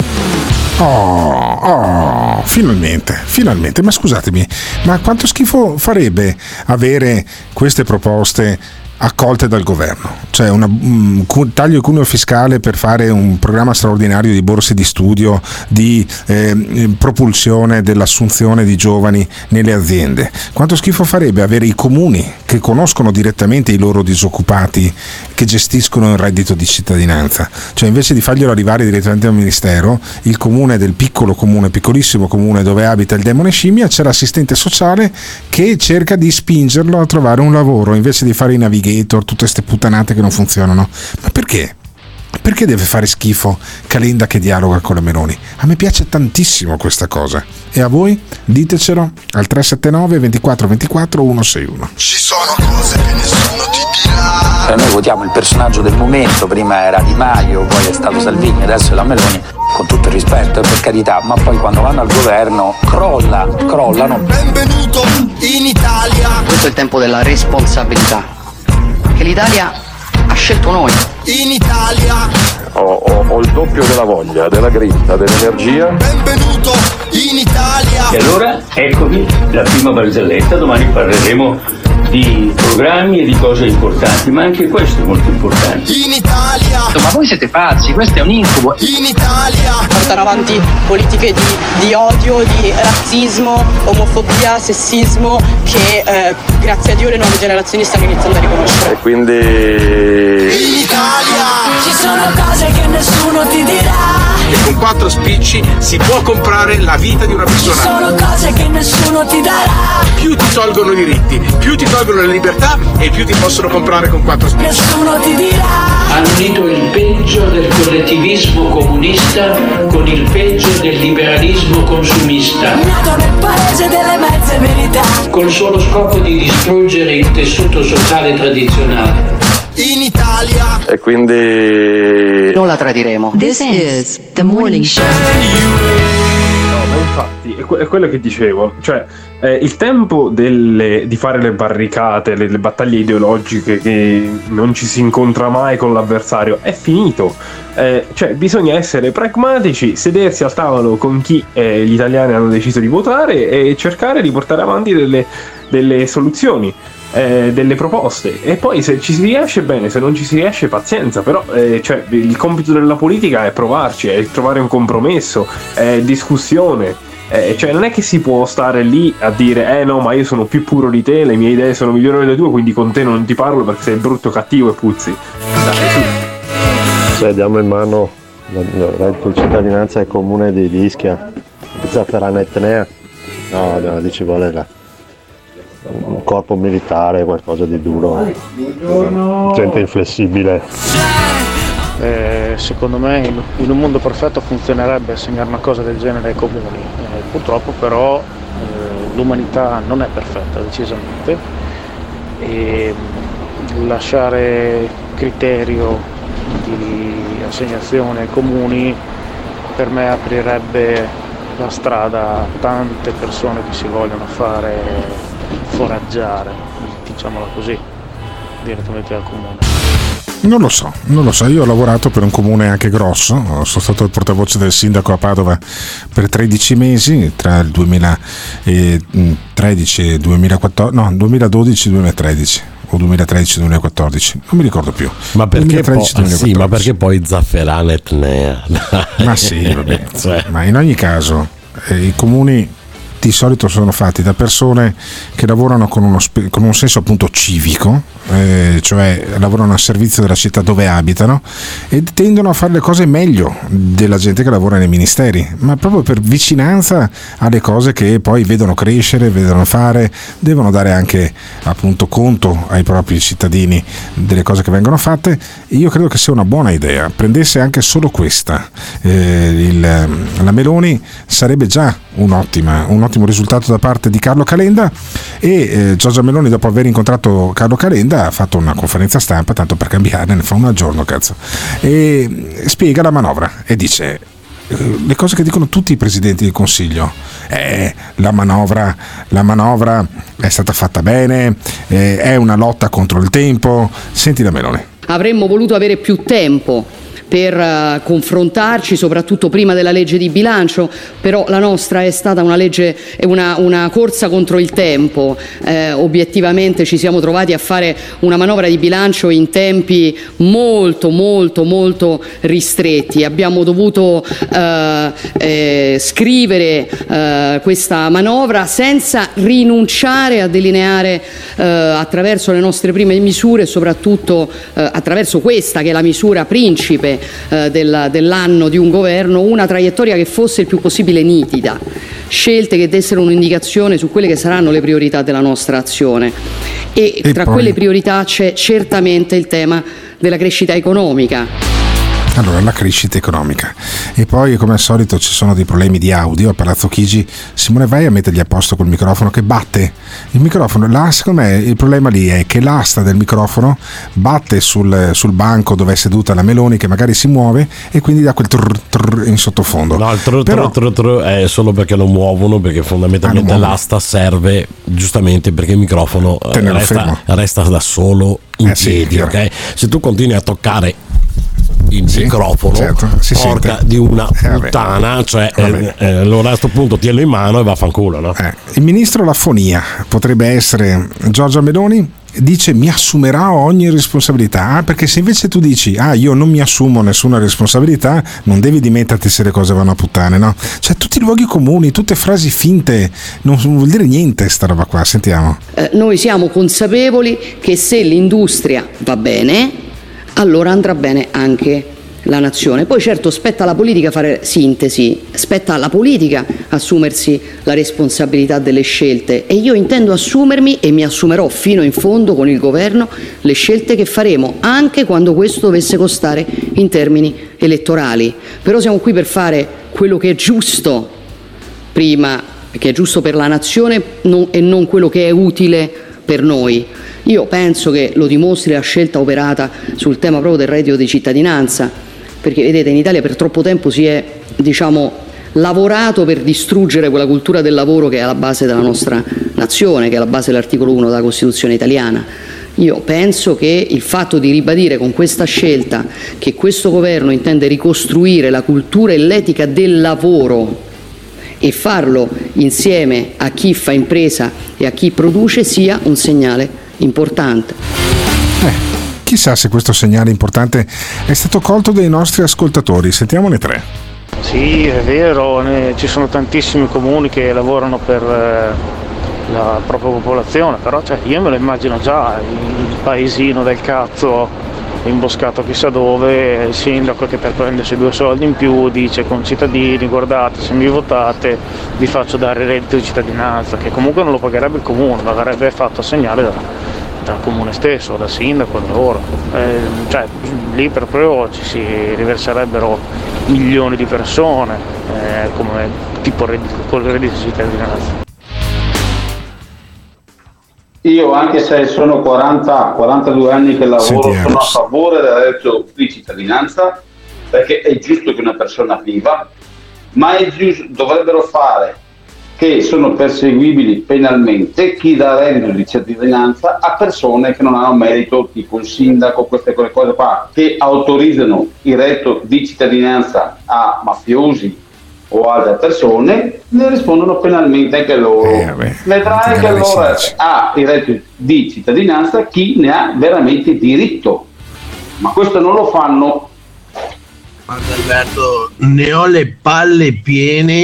Oh, oh, finalmente, finalmente, ma scusatemi, ma quanto schifo farebbe avere queste proposte accolte dal governo, cioè un taglio e cuneo fiscale per fare un programma straordinario di borse di studio, di eh, propulsione dell'assunzione di giovani nelle aziende. Quanto schifo farebbe avere i comuni che conoscono direttamente i loro disoccupati, che gestiscono il reddito di cittadinanza, cioè invece di farglielo arrivare direttamente al ministero, il comune del piccolo comune, piccolissimo comune dove abita il demone scimmia, c'è l'assistente sociale che cerca di spingerlo a trovare un lavoro invece di fare i navigator, tutte queste puttanate che non funzionano. Ma perché? Perché deve fare schifo Calenda che dialoga con la Meloni? A me piace tantissimo questa cosa. E a voi? Ditecelo al tre sette nove due quattro due quattro uno sei uno. Ci sono cose che nessuno ti dirà. Noi votiamo il personaggio del momento, prima era Di Maio, poi è stato Salvini, adesso è la Meloni, con tutto il rispetto e per carità, ma poi quando vanno al governo crolla, crollano. Benvenuto in Italia. Questo è il tempo della responsabilità, che l'Italia ha scelto noi. In Italia ho, ho, ho il doppio della voglia, della grinta, dell'energia. Benvenuto in Italia. E allora eccomi la prima barzelletta, domani parleremo di programmi e di cose importanti, ma anche questo è molto importante. In Italia. Ma voi siete pazzi, questo è un incubo. In Italia. Portare avanti politiche di, di odio, di razzismo, omofobia, sessismo che eh, grazie a Dio le nuove generazioni stanno iniziando a riconoscere. E quindi in Italia ci sono cose che nessuno ti dirà. E con quattro spicci si può comprare la vita di una persona. Ci sono cose che nessuno ti darà. Più ti tolgono i diritti, più ti tolgono le libertà e più ti possono comprare con quattro spicci. Nessuno ti dirà. Hanno unito il peggio del collettivismo comunista con il peggio del liberalismo consumista. Nato nel paese delle mezze verità. Col solo scopo di distruggere il tessuto sociale tradizionale. In Italia. E quindi non la tradiremo. This is the morning show. No, ma infatti è, que- è quello che dicevo, cioè eh, il tempo delle, di fare le barricate, le, le battaglie ideologiche che non ci si incontra mai con l'avversario è finito. Eh, cioè bisogna essere pragmatici, sedersi al tavolo con chi eh, gli italiani hanno deciso di votare e cercare di portare avanti delle, delle soluzioni. Eh, delle proposte, e poi se ci si riesce bene, se non ci si riesce pazienza, però eh, cioè, il compito della politica è provarci, è trovare un compromesso, è discussione, eh, cioè non è che si può stare lì a dire eh no ma io sono più puro di te, le mie idee sono migliori delle tue, quindi con te non ti parlo perché sei brutto, cattivo e puzzi. Dai, su. Se diamo in mano il reddito di cittadinanza al comune di Ischia, Zafferana Etnea, no, no, lì ci vuole la un corpo militare, qualcosa di duro, gente inflessibile. Eh, secondo me in, in un mondo perfetto funzionerebbe assegnare una cosa del genere ai comuni, eh, purtroppo però eh, l'umanità non è perfetta decisamente, e lasciare criterio di assegnazione ai comuni per me aprirebbe la strada a tante persone che si vogliono fare foraggiare, diciamola così, direttamente dal comune. Non lo so, non lo so, io ho lavorato per un comune anche grosso, sono stato il portavoce del sindaco a Padova per tredici mesi, tra il duemilatredici e il duemilaquattordici, no, duemiladodici e duemilatredici, o duemilatredici e duemilaquattordici, non mi ricordo più. Ma perché, po- ah, sì, ma perché poi Zafferana Etnea? Ma sì, vabbè, cioè. Ma in ogni caso eh, i comuni di solito sono fatti da persone che lavorano con, uno, con un senso appunto civico, eh, cioè lavorano a servizio della città dove abitano e tendono a fare le cose meglio della gente che lavora nei ministeri, ma proprio per vicinanza alle cose che poi vedono crescere, vedono fare, devono dare anche appunto conto ai propri cittadini delle cose che vengono fatte. Io credo che sia una buona idea, prendesse anche solo questa, eh, il, la Meloni sarebbe già un'ottima, un ottimo risultato da parte di Carlo Calenda, e eh, Giorgia Meloni, dopo aver incontrato Carlo Calenda, ha fatto una conferenza stampa, tanto per cambiare, ne fa una al giorno, cazzo, e spiega la manovra e dice le cose che dicono tutti i presidenti del Consiglio. Eh, la manovra la manovra è stata fatta bene, eh, è una lotta contro il tempo. Senti la Meloni. Avremmo voluto avere più tempo per uh, confrontarci, soprattutto prima della legge di bilancio, però la nostra è stata una legge, una, una corsa contro il tempo. Eh, obiettivamente ci siamo trovati a fare una manovra di bilancio in tempi molto molto molto ristretti. Abbiamo dovuto eh, eh, scrivere eh, questa manovra senza rinunciare a delineare eh, attraverso le nostre prime misure, soprattutto eh, attraverso questa che è la misura principe Del, dell'anno di un governo, una traiettoria che fosse il più possibile nitida, scelte che dessero un'indicazione su quelle che saranno le priorità della nostra azione, e, e tra poi... quelle priorità c'è certamente il tema della crescita economica. Allora, la crescita economica. E poi, come al solito, ci sono dei problemi di audio a Palazzo Chigi. Simone, vai a mettergli a posto col microfono che batte. Il microfono, là, secondo me, il problema lì è che l'asta del microfono batte sul, sul banco dove è seduta la Meloni, che magari si muove, e quindi dà quel trrr, trrr in sottofondo. No, il trrr, Però... trrr, trrr, trrr è solo perché lo muovono, perché fondamentalmente ah, l'asta serve giustamente perché il microfono resta, resta da solo in eh, piedi, sì, ok? Se tu continui a toccare il sì, microfono, certo, porca sente. Di una puttana, eh, cioè eh, eh, allora a questo punto tienilo in mano e vaffanculo, no? Eh, il ministro la fonia potrebbe essere Giorgia Meloni. Dice mi assumerà ogni responsabilità, ah, perché se invece tu dici ah io non mi assumo nessuna responsabilità, non devi dimetterti se le cose vanno a puttane, no? Cioè tutti i luoghi comuni, tutte frasi finte, non vuol dire niente sta roba qua. Sentiamo. Eh, noi siamo consapevoli che se l'industria va bene, allora andrà bene anche la nazione. Poi certo spetta alla politica fare sintesi, spetta alla politica assumersi la responsabilità delle scelte, e io intendo assumermi e mi assumerò fino in fondo con il governo le scelte che faremo, anche quando questo dovesse costare in termini elettorali. Però siamo qui per fare quello che è giusto prima, che è giusto per la nazione, non, e non quello che è utile per noi. Io penso che lo dimostri la scelta operata sul tema proprio del reddito di cittadinanza, perché vedete in Italia per troppo tempo si è, diciamo, lavorato per distruggere quella cultura del lavoro che è alla base della nostra nazione, che è alla base dell'articolo uno della Costituzione italiana. Io penso che il fatto di ribadire con questa scelta che questo governo intende ricostruire la cultura e l'etica del lavoro e farlo insieme a chi fa impresa e a chi produce sia un segnale importante. Eh. Chissà se questo segnale importante è stato colto dai nostri ascoltatori. Sentiamone tre. Sì, è vero, ne, ci sono tantissimi comuni che lavorano per eh, la propria popolazione, però cioè, io me lo immagino già, il paesino del cazzo imboscato chissà dove, il sindaco che per prendersi due soldi in più dice concittadini guardate, se mi votate vi faccio dare il reddito di cittadinanza, che comunque non lo pagherebbe il comune, ma verrebbe fatto a segnale da dal comune stesso, dal sindaco, da loro. Eh, cioè, lì proprio ci si riverserebbero milioni di persone, eh, come tipo reddito, col reddito di cittadinanza. Io, anche se sono quaranta quarantadue anni che lavoro, Sentiamo. sono a favore del reddito di cittadinanza, perché è giusto che una persona viva, ma è giusto, dovrebbero fare che sono perseguibili penalmente chi dà reddito di cittadinanza a persone che non hanno merito, tipo il sindaco, queste cose qua, che autorizzano il reddito di cittadinanza a mafiosi o altre persone, ne rispondono penalmente anche loro. Eh, vabbè, Vedrai che allora ha il reddito di cittadinanza chi ne ha veramente diritto, ma questo non lo fanno. Guarda Alberto, ne ho le palle piene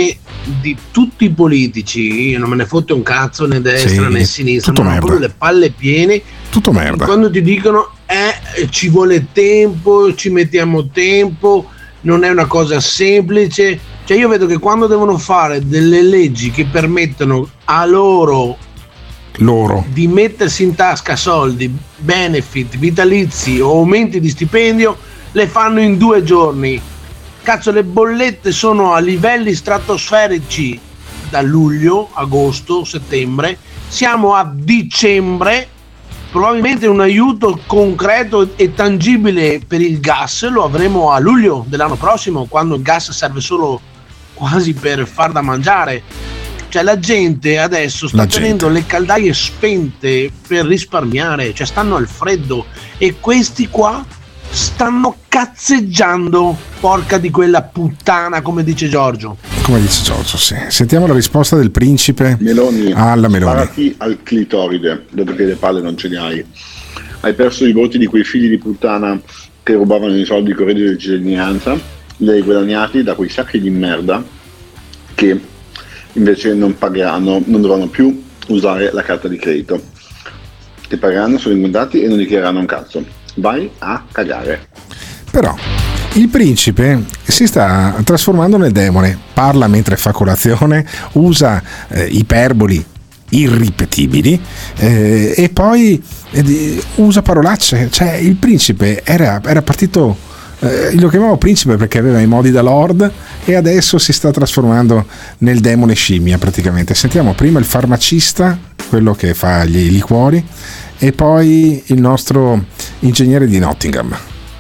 di tutti i politici, io non me ne fotte un cazzo né destra Sì, né sinistra, tutto ma hanno merda. proprio le palle piene. Tutto merda. Quando ti dicono eh, ci vuole tempo, ci mettiamo tempo, non è una cosa semplice. Cioè io vedo che quando devono fare delle leggi che permettono a loro loro di mettersi in tasca soldi, benefit, vitalizi o aumenti di stipendio, le fanno in due giorni. Cazzo, le bollette sono a livelli stratosferici da luglio, agosto, settembre, siamo a dicembre. Probabilmente un aiuto concreto e tangibile per il gas lo avremo a luglio dell'anno prossimo, quando il gas serve solo quasi per far da mangiare. Cioè la gente adesso sta La tenendo le caldaie spente per risparmiare, cioè stanno al freddo, e questi qua stanno cazzeggiando, porca di quella puttana, come dice Giorgio. Come dice Giorgio, sì. Sentiamo la risposta del principe Meloni, alla Meloni. sparati al clitoride, dato che le palle non ce ne hai. Hai perso i voti di quei figli di puttana che rubavano i soldi con il reddito di cittadinanza, li hai guadagnati da quei sacchi di merda che invece non pagheranno, non dovranno più usare la carta di credito. Ti pagheranno, sono incontati e non dichiareranno un cazzo. Vai a cagare. Però il principe si sta trasformando nel demone, parla mentre fa colazione, usa eh, iperboli irripetibili eh, e poi eh, usa parolacce. Cioè il principe era, era partito, eh, lo chiamavo principe perché aveva i modi da lord, e adesso si sta trasformando nel demone scimmia praticamente. Sentiamo prima il farmacista, quello che fa gli liquori, e poi il nostro ingegnere di Nottingham.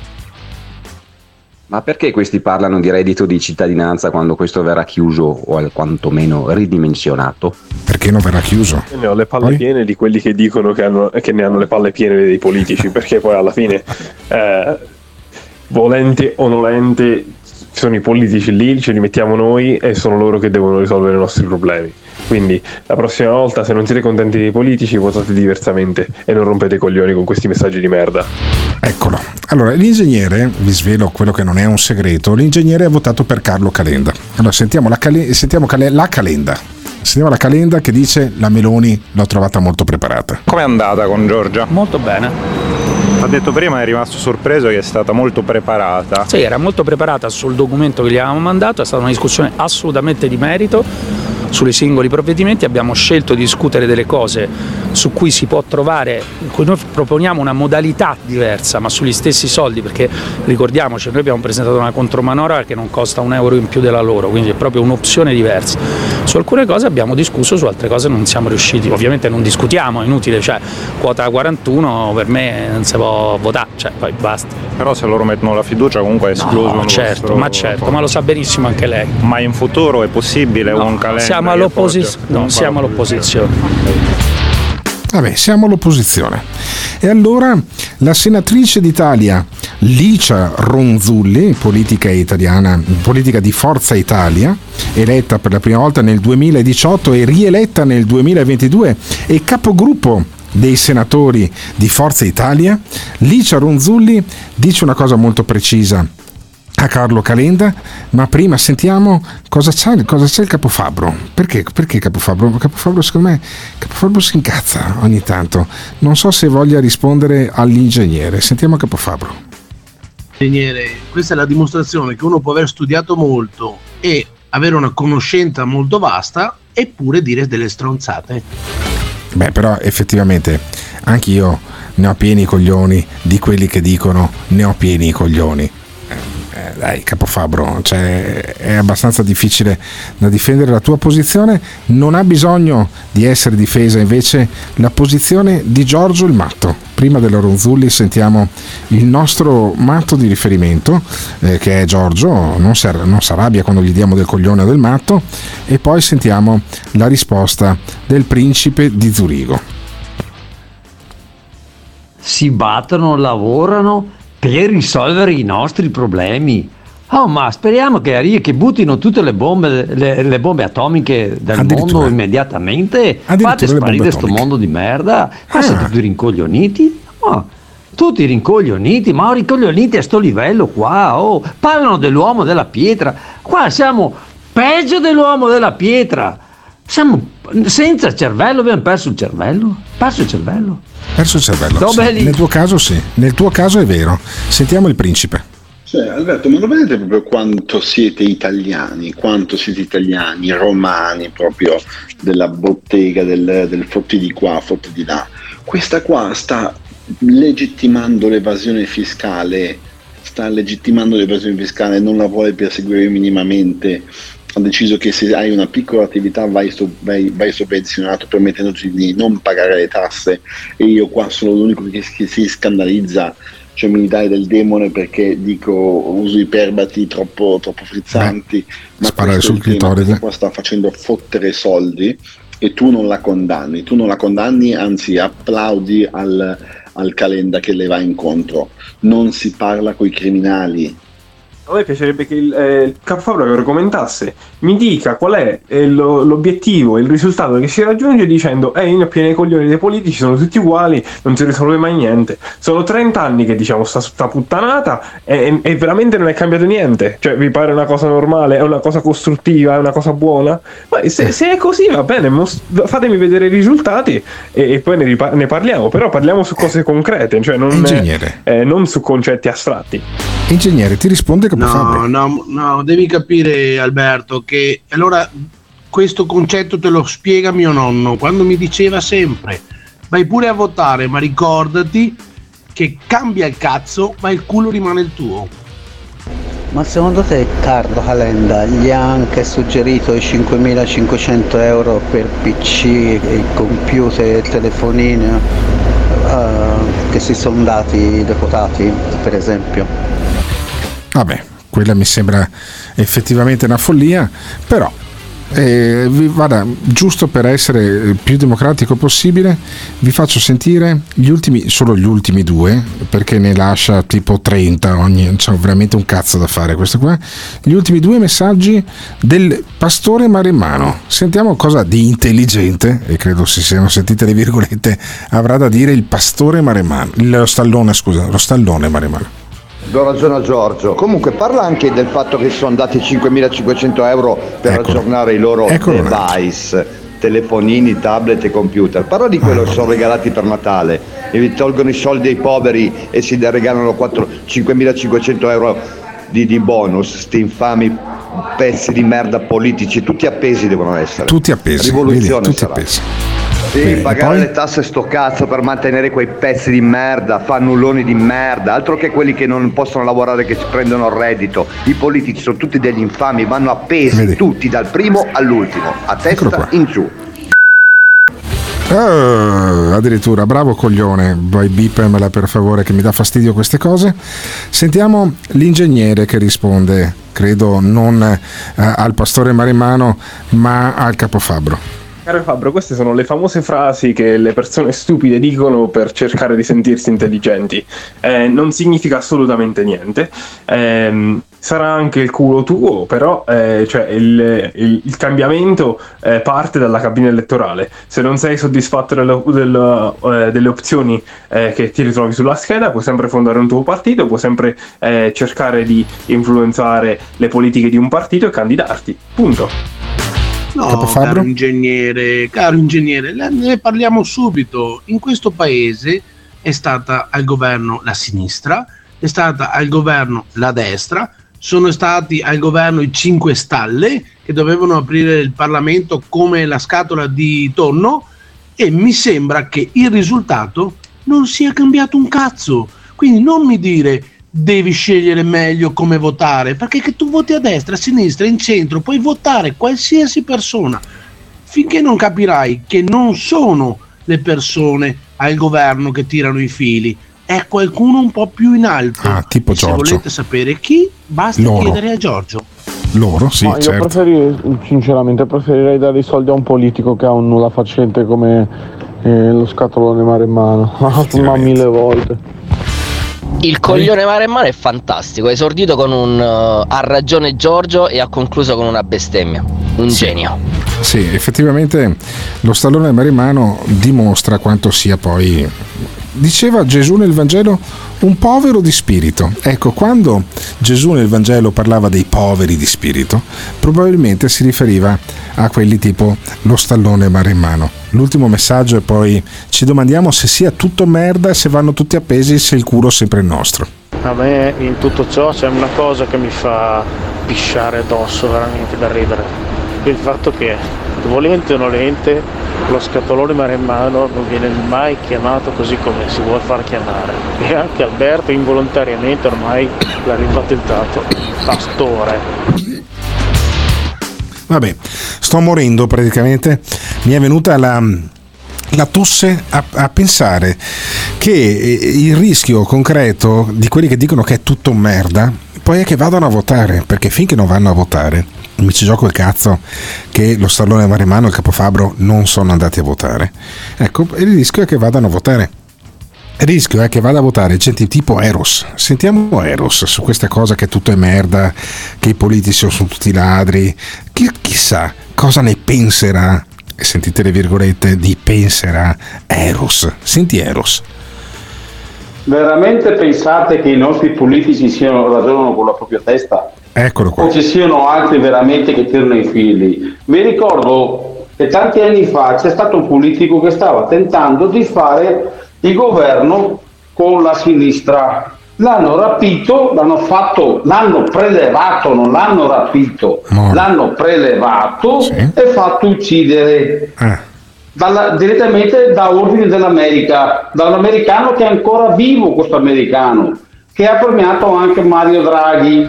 Ma perché questi parlano di reddito di cittadinanza quando questo verrà chiuso o quantomeno ridimensionato? Perché non verrà chiuso? Io ne ho le palle poi? piene di quelli che dicono che, hanno, che ne hanno le palle piene dei politici, perché poi alla fine eh, volente o nolente sono i politici lì, ce li mettiamo noi e sono loro che devono risolvere i nostri problemi. Quindi la prossima volta, se non siete contenti dei politici, votate diversamente e non rompete i coglioni con questi messaggi di merda. Eccolo. Allora, l'ingegnere, vi svelo quello che non è un segreto, l'ingegnere ha votato per Carlo Calenda. Allora sentiamo la, Cale- sentiamo Cale- la Calenda. Sentiamo la Calenda che dice: la Meloni l'ho trovata molto preparata. Com'è andata con Giorgia? Molto bene. Ha detto prima, è rimasto sorpreso che è stata molto preparata. Sì, era molto preparata sul documento che gli avevamo mandato, è stata una discussione assolutamente di merito sui singoli provvedimenti. Abbiamo scelto di discutere delle cose su cui si può trovare, in cui noi proponiamo una modalità diversa ma sugli stessi soldi, perché ricordiamoci, noi abbiamo presentato una contromanovra che non costa un euro in più della loro, quindi è proprio un'opzione diversa. Su alcune cose abbiamo discusso, su altre cose non siamo riusciti. Ovviamente non discutiamo, è inutile, cioè quota quarantuno per me non si può votare, cioè poi basta. Però se loro mettono la fiducia comunque è escluso. No, certo, vostro... ma certo, ma lo sa benissimo anche lei. Ma in futuro è possibile no, un calendario? Siamo all'opposizione. Non siamo all'opposizione. Vabbè, siamo all'opposizione. E allora la senatrice d'Italia Licia Ronzulli, politica italiana, politica di Forza Italia, eletta per la prima volta nel duemiladiciotto e rieletta nel duemilaventidue e capogruppo dei senatori di Forza Italia, Licia Ronzulli dice una cosa molto precisa a Carlo Calenda, ma prima sentiamo cosa c'è, cosa c'è il Capofabbro. Perché? Perché Capofabbro? Capofabbro secondo me Capofabbro si incazza ogni tanto. Non so se voglia rispondere all'ingegnere. Sentiamo Capofabbro. Ingegnere, questa è la dimostrazione che uno può aver studiato molto e avere una conoscenza molto vasta eppure dire delle stronzate. Beh, però effettivamente anch'io ne ho pieni i coglioni di quelli che dicono ne ho pieni i coglioni. Eh, dai Capofabbro, cioè, è abbastanza difficile da difendere la tua posizione, non ha bisogno di essere difesa invece la posizione di Giorgio il Matto. Prima della Ronzulli sentiamo il nostro matto di riferimento, eh, che è Giorgio, non si arrabbia quando gli diamo del coglione o del matto, e poi sentiamo la risposta del principe di Zurigo. Si battono, lavorano per risolvere i nostri problemi. Oh, ma speriamo che arrivi, che buttino tutte le bombe, le, le bombe atomiche del mondo immediatamente. Fate sparire questo mondo di merda. Qua ah. siete tutti rincoglioniti. Oh, tutti rincoglioniti, ma rincoglioniti a sto livello qua. Oh, parlano dell'uomo della pietra. Qua siamo peggio dell'uomo della pietra. Siamo senza cervello, abbiamo perso il cervello. Perso il cervello. Perso il cervello. No, sì. belli. Nel tuo caso sì, nel tuo caso è vero. Sentiamo il principe. Cioè, Alberto, ma lo vedete proprio quanto siete italiani, quanto siete italiani, romani, proprio della bottega, del, del fotti di qua, fotti di là. Questa qua sta legittimando l'evasione fiscale, sta legittimando l'evasione fiscale, non la vuole perseguire minimamente. Ha deciso che se hai una piccola attività vai, so, vai, vai sovvenzionato, permettendoti di non pagare le tasse, e io qua sono l'unico che, che si scandalizza, cioè mi dai del demone perché dico uso iperbati troppo, troppo frizzanti. Beh, ma sparare sul clitoride qua sta facendo fottere soldi e tu non la condanni, tu non la condanni, anzi applaudi al, al Calenda che le va incontro. Non si parla coi criminali. A me piacerebbe che il, eh, il Capofabro che lo commentasse mi dica qual è eh, lo, l'obiettivo, il risultato che si raggiunge dicendo eh, io ne ho pieni i coglioni dei politici, sono tutti uguali, non si risolve mai niente. Sono trenta anni che diciamo sta, sta puttanata e, e veramente non è cambiato niente. Cioè vi pare una cosa normale, è una cosa costruttiva, è una cosa buona? Ma se, se è così va bene, most- fatemi vedere i risultati e, e poi ne, ripar- ne parliamo, però parliamo su cose concrete, cioè non, Ingegnere. Eh, non su concetti astratti. Ingegnere, ti risponde che No, no, no, devi capire, Alberto, che allora questo concetto te lo spiega mio nonno quando mi diceva sempre: vai pure a votare, ma ricordati che cambia il cazzo, ma il culo rimane il tuo. Ma secondo te Carlo Calenda gli ha anche suggerito i cinquemilacinquecento euro per P C, computer e telefonini uh, che si sono dati i deputati, per esempio? Vabbè, quella mi sembra effettivamente una follia, però eh, vi, guarda, giusto per essere più democratico possibile vi faccio sentire gli ultimi, solo gli ultimi due, perché ne lascia tipo trenta ogni, c'è veramente un cazzo da fare questo qua, gli ultimi due messaggi del pastore Maremmano. Sentiamo cosa di intelligente, e credo si siano sentite le virgolette, avrà da dire il pastore Maremmano, lo stallone, scusa, lo stallone Maremmano. Do ragione a Giorgio. Comunque parla anche del fatto che sono dati cinquemilacinquecento euro per Eccolo. aggiornare i loro Eccolo device, telefonini, tablet e computer. Parla di quello che sono regalati per Natale e vi tolgono i soldi ai poveri e si regalano cinquemilacinquecento euro di, di bonus. Sti infami pezzi di merda politici, tutti appesi devono essere. Tutti appesi. Rivoluzione Vedi, tutti sarà. appesi. Sì, Bene, pagare poi? le tasse sto cazzo per mantenere quei pezzi di merda, fannulloni di merda, altro che quelli che non possono lavorare, che si prendono il reddito. I politici sono tutti degli infami, vanno appesi Vedi. tutti dal primo all'ultimo, a testa in giù. Oh, addirittura, bravo coglione, vai bipemela per favore che mi dà fastidio queste cose. Sentiamo l'ingegnere che risponde, credo non eh, al pastore Maremmano ma al Capofabro. Caro Fabbro, queste sono le famose frasi che le persone stupide dicono per cercare di sentirsi intelligenti. Eh, non significa assolutamente niente. Eh, sarà anche il culo tuo, però eh, cioè il, il, il cambiamento eh, parte dalla cabina elettorale. Se non sei soddisfatto delle, delle, eh, delle opzioni eh, che ti ritrovi sulla scheda, puoi sempre fondare un tuo partito, puoi sempre eh, cercare di influenzare le politiche di un partito e candidarti. Punto. No, caro ingegnere, caro ingegnere, ne parliamo subito. In questo paese è stata al governo la sinistra, è stata al governo la destra, sono stati al governo i cinque Stalle che dovevano aprire il Parlamento come la scatola di tonno e mi sembra che il risultato non sia cambiato un cazzo. Quindi non mi dire devi scegliere meglio come votare, perché che tu voti a destra, a sinistra, in centro, puoi votare qualsiasi persona, finché non capirai che non sono le persone al governo che tirano i fili, è qualcuno un po' più in alto. Ah, tipo Giorgio. Se volete sapere chi, basta Loro. chiedere a Giorgio. Loro, sì, Ma io certo. preferi, sinceramente preferirei dare i soldi a un politico che ha un nulla facente come eh, lo scatolone Maremmano, ma mille volte. Il coglione Maremmano è fantastico, ha esordito con un uh, ha ragione Giorgio e ha concluso con una bestemmia. un genio. Sì, effettivamente lo stallone maremmano dimostra quanto sia poi, diceva Gesù nel Vangelo, un povero di spirito. Ecco, quando Gesù nel Vangelo parlava dei poveri di spirito, probabilmente si riferiva a quelli tipo lo stallone maremmano. L'ultimo messaggio e poi ci domandiamo se sia tutto merda e se vanno tutti appesi, se il culo sempre è nostro. A me in tutto ciò c'è una cosa che mi fa pisciare addosso veramente da ridere. Il fatto che, volente o nolente, lo scatolone maremmano non viene mai chiamato così come si vuole far chiamare. E anche Alberto involontariamente ormai l'ha ribattezzato pastore. Vabbè, sto morendo praticamente. Mi è venuta la... la tosse a, a pensare che il rischio concreto di quelli che dicono che è tutto merda poi è che vadano a votare, perché finché non vanno a votare mi ci gioco il cazzo che lo stallone maremmano e il capofabbro non sono andati a votare. Ecco, il rischio è che vadano a votare. Il rischio è che vada a votare gente tipo Eros. Sentiamo Eros su questa cosa che tutto è merda, che i politici sono tutti ladri. Chi, chissà cosa ne penserà, sentite le virgolette, di penserà Eros. Senti Eros. Veramente pensate che i nostri politici siano, ragionano con la propria testa? Eccolo qua. O ci siano altri veramente che tirano i fili? Mi ricordo che tanti anni fa c'è stato un politico che stava tentando di fare il governo con la sinistra. L'hanno rapito, l'hanno fatto, l'hanno prelevato, non l'hanno rapito, no. L'hanno prelevato sì. E fatto uccidere. Eh. Dalla, direttamente da ordine dell'America, dall'americano che è ancora vivo, questo americano, che ha premiato anche Mario Draghi.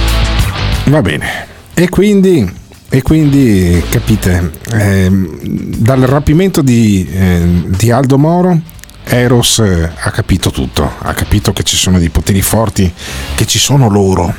Va bene, e quindi, e quindi capite, eh, dal rapimento di, eh, di Aldo Moro, Eros eh, ha capito tutto, ha capito che ci sono dei poteri forti, che ci sono loro,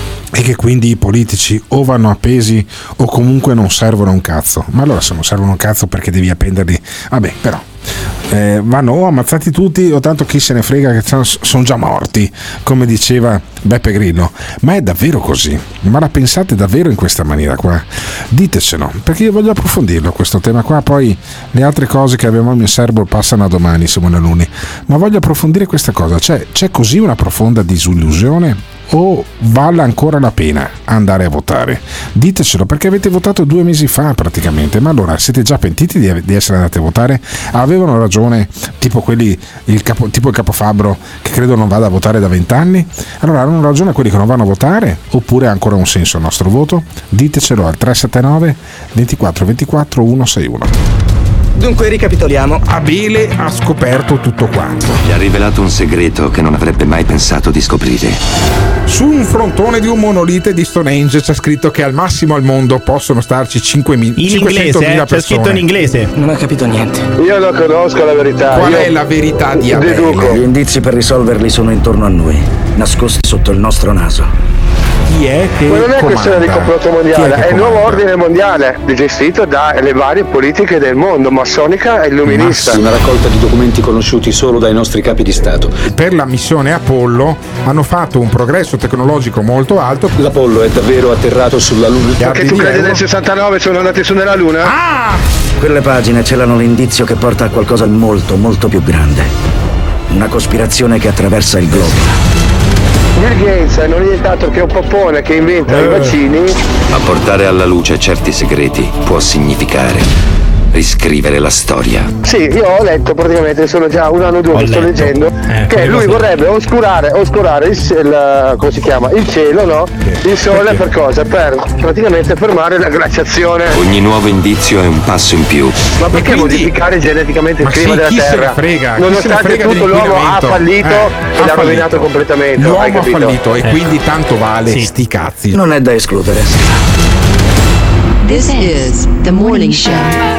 e che quindi i politici o vanno appesi o comunque non servono un cazzo. Ma allora se non servono un cazzo perché devi appenderli? Vabbè, però eh, vanno o ammazzati tutti o tanto chi se ne frega che sono già morti, come diceva Beppe Grillo. Ma è davvero così? Ma la pensate davvero in questa maniera qua? Ditecelo, perché io voglio approfondirlo questo tema qua. Poi le altre cose che abbiamo al mio serbo passano a domani, Simone Luni, ma voglio approfondire questa cosa. Cioè, c'è così una profonda disillusione o vale ancora la pena andare a votare? Ditecelo, perché avete votato due mesi fa praticamente. Ma allora siete già pentiti di, di essere andati a votare? Avevano ragione tipo quelli, il capo, tipo il capofabbro che credo non vada a votare da vent'anni? Allora hanno ragione quelli che non vanno a votare oppure ha ancora un senso il nostro voto? Ditecelo al tre sette nove ventiquattro ventiquattro centosessantuno. Dunque ricapitoliamo. Abele ha scoperto tutto quanto. Gli ha rivelato un segreto che non avrebbe mai pensato di scoprire. Su un frontone di un monolite di Stonehenge c'è scritto che al massimo al mondo possono starci cinquecentomila persone. C'è scritto in inglese. Non ho capito niente. Io non conosco la verità. Qual Io è la verità di Abele? Deduco. Gli indizi per risolverli sono intorno a noi, nascosti sotto il nostro naso. Chi è che Ma non è comanda? questione di complotto mondiale, è, è il nuovo ordine mondiale, gestito dalle varie politiche del mondo, massonica e illuminista. Una raccolta di documenti conosciuti solo dai nostri capi di Stato. Per la missione Apollo hanno fatto un progresso tecnologico molto alto. L'Apollo è davvero atterrato sulla Luna. Perché tu credi nel sessantanove sono andati su nella Luna? Ah! Quelle pagine celano l'indizio che porta a qualcosa di molto, molto più grande. Una cospirazione che attraversa il globo. Bill Gates non è nient'altro che un popone che inventa eh. i vaccini. Ma portare alla luce certi segreti può significare riscrivere la storia. Sì, io ho letto praticamente, sono già un anno o due che sto leggendo, eh, che lui vorrebbe oscurare, oscurare il, il, come si chiama, il cielo, no? Il sole. Perché? Per cosa? Per praticamente fermare la glaciazione. Ogni nuovo indizio è un passo in più. Ma perché quindi modificare geneticamente il clima sì, della chi Terra? Se ne frega, Nonostante frega tutto l'uomo ha fallito eh, e l'ha rovinato completamente. L'uomo ha fallito e eh. quindi tanto vale sì. sti cazzi. Non è da escludere. This is the morning show.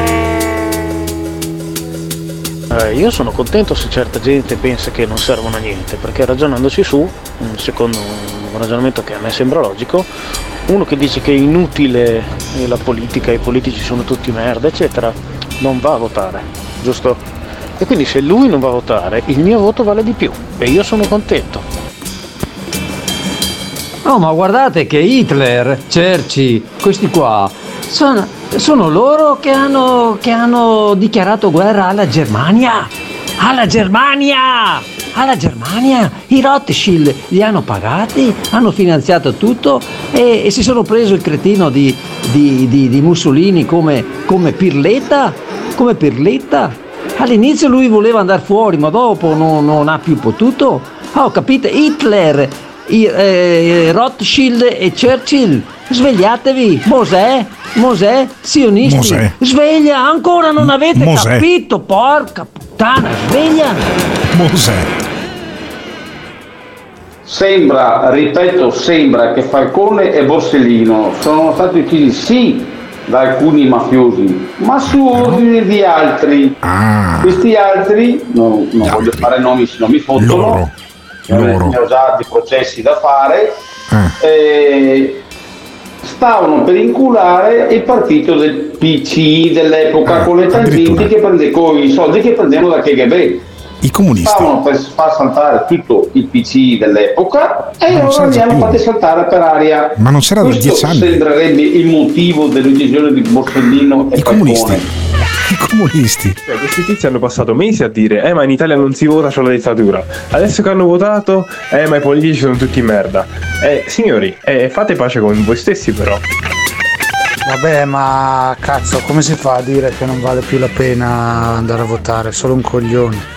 Eh, io sono contento se certa gente pensa che non servono a niente, perché ragionandoci su, secondo un ragionamento che a me sembra logico, uno che dice che è inutile la politica, i politici sono tutti merda, eccetera, non va a votare, giusto? E quindi se lui non va a votare, il mio voto vale di più e io sono contento. No, ma guardate che Hitler, Churchill, questi qua Sono, sono loro che hanno, che hanno dichiarato guerra alla Germania. Alla Germania! Alla Germania! I Rothschild li hanno pagati, hanno finanziato tutto e, e si sono preso il cretino di, di, di, di Mussolini come, come pirletta, come pirletta. All'inizio lui voleva andare fuori, ma dopo non, non ha più potuto. Oh, capite? Hitler, i, eh, Rothschild e Churchill, svegliatevi! Mosè, Mosè, sionisti, Mosè. Sveglia! Ancora non avete Mosè. capito, porca puttana, sveglia! Mosè. Sembra, ripeto, sembra che Falcone e Borsellino sono stati uccisi sì da alcuni mafiosi, ma su ordine di altri. Ah. Questi altri, non, non voglio altri. fare nomi se non mi fottono, Loro. ne ho- Loro. ne ho già di processi da fare, Ah. eh, stavano per inculare il partito del P C I dell'epoca Ah, con le tangenti addirittura. che prende, con i soldi che prendevano da K G B. I comunisti. Stavano per far saltare tutto il P C I dell'epoca e Ma non ora c'era li già hanno più. fatti saltare per aria. Ma non c'era da Questo dieci anni. sembrerebbe il motivo dell'uccisione di Borsellino e I comunisti. Falcone. I comunisti. Cioè, questi tizi hanno passato mesi a dire eh ma in Italia non si vota, c'è la dittatura. Adesso che hanno votato, eh ma i politici sono tutti merda. Eh signori, eh, fate pace con voi stessi però. Vabbè, ma cazzo, come si fa a dire che non vale più la pena andare a votare? Solo un coglione.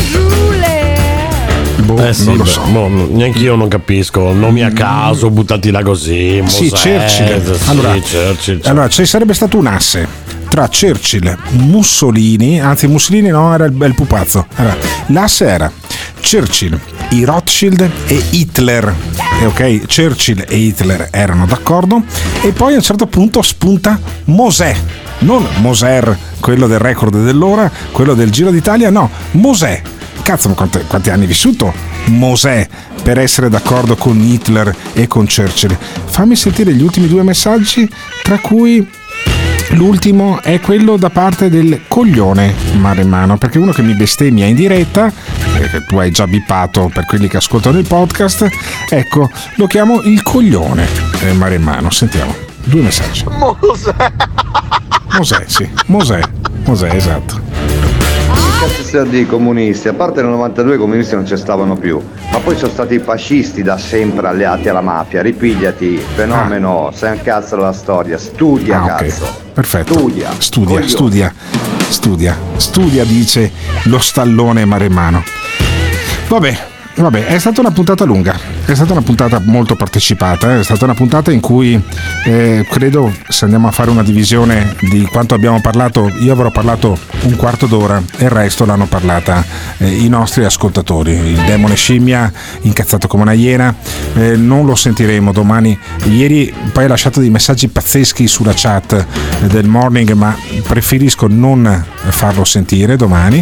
Boh, Eh sì, non lo beh, so. mo- neanche io non capisco, nomi a caso buttati là così. Sì, Mosè, Churchill. sì, Allora, Churchill, cioè. allora, ci sarebbe stato un asse tra Churchill, Mussolini, anzi Mussolini no, era il, il pupazzo. Allora, l'asse era Churchill, i Rothschild e Hitler. E ok, Churchill e Hitler erano d'accordo e poi a un certo punto spunta Mosè. Non Moser, quello del record dell'ora, quello del Giro d'Italia, no, Mosè. Cazzo, ma quanti, quanti anni hai vissuto Mosè per essere d'accordo con Hitler e con Churchill? Fammi sentire gli ultimi due messaggi, tra cui l'ultimo è quello da parte del coglione Maremmano, perché uno che mi bestemmia in diretta, eh, che tu hai già bippato per quelli che ascoltano il podcast, ecco, lo chiamo il coglione eh, Maremmano. Sentiamo, due messaggi. Mosè. Mosè, sì, Mosè, Mosè, esatto. Che cazzo sia di comunisti? A parte nel novantadue i comunisti non ci stavano più, ma poi sono stati i fascisti da sempre alleati alla mafia. Ripigliati, fenomeno, sei un cazzo della storia, studia, Ah, ok. cazzo. Perfetto. Studia, studia, coglione. studia, studia, studia, dice lo stallone Maremmano. Vabbè. Vabbè, è stata una puntata lunga, è stata una puntata molto partecipata, eh? È stata una puntata in cui eh, credo, se andiamo a fare una divisione di quanto abbiamo parlato, io avrò parlato un quarto d'ora e il resto l'hanno parlata eh, i nostri ascoltatori. Il demone scimmia incazzato come una iena, eh, non lo sentiremo domani. Ieri poi ha lasciato dei messaggi pazzeschi sulla chat del morning, ma preferisco non farlo sentire domani,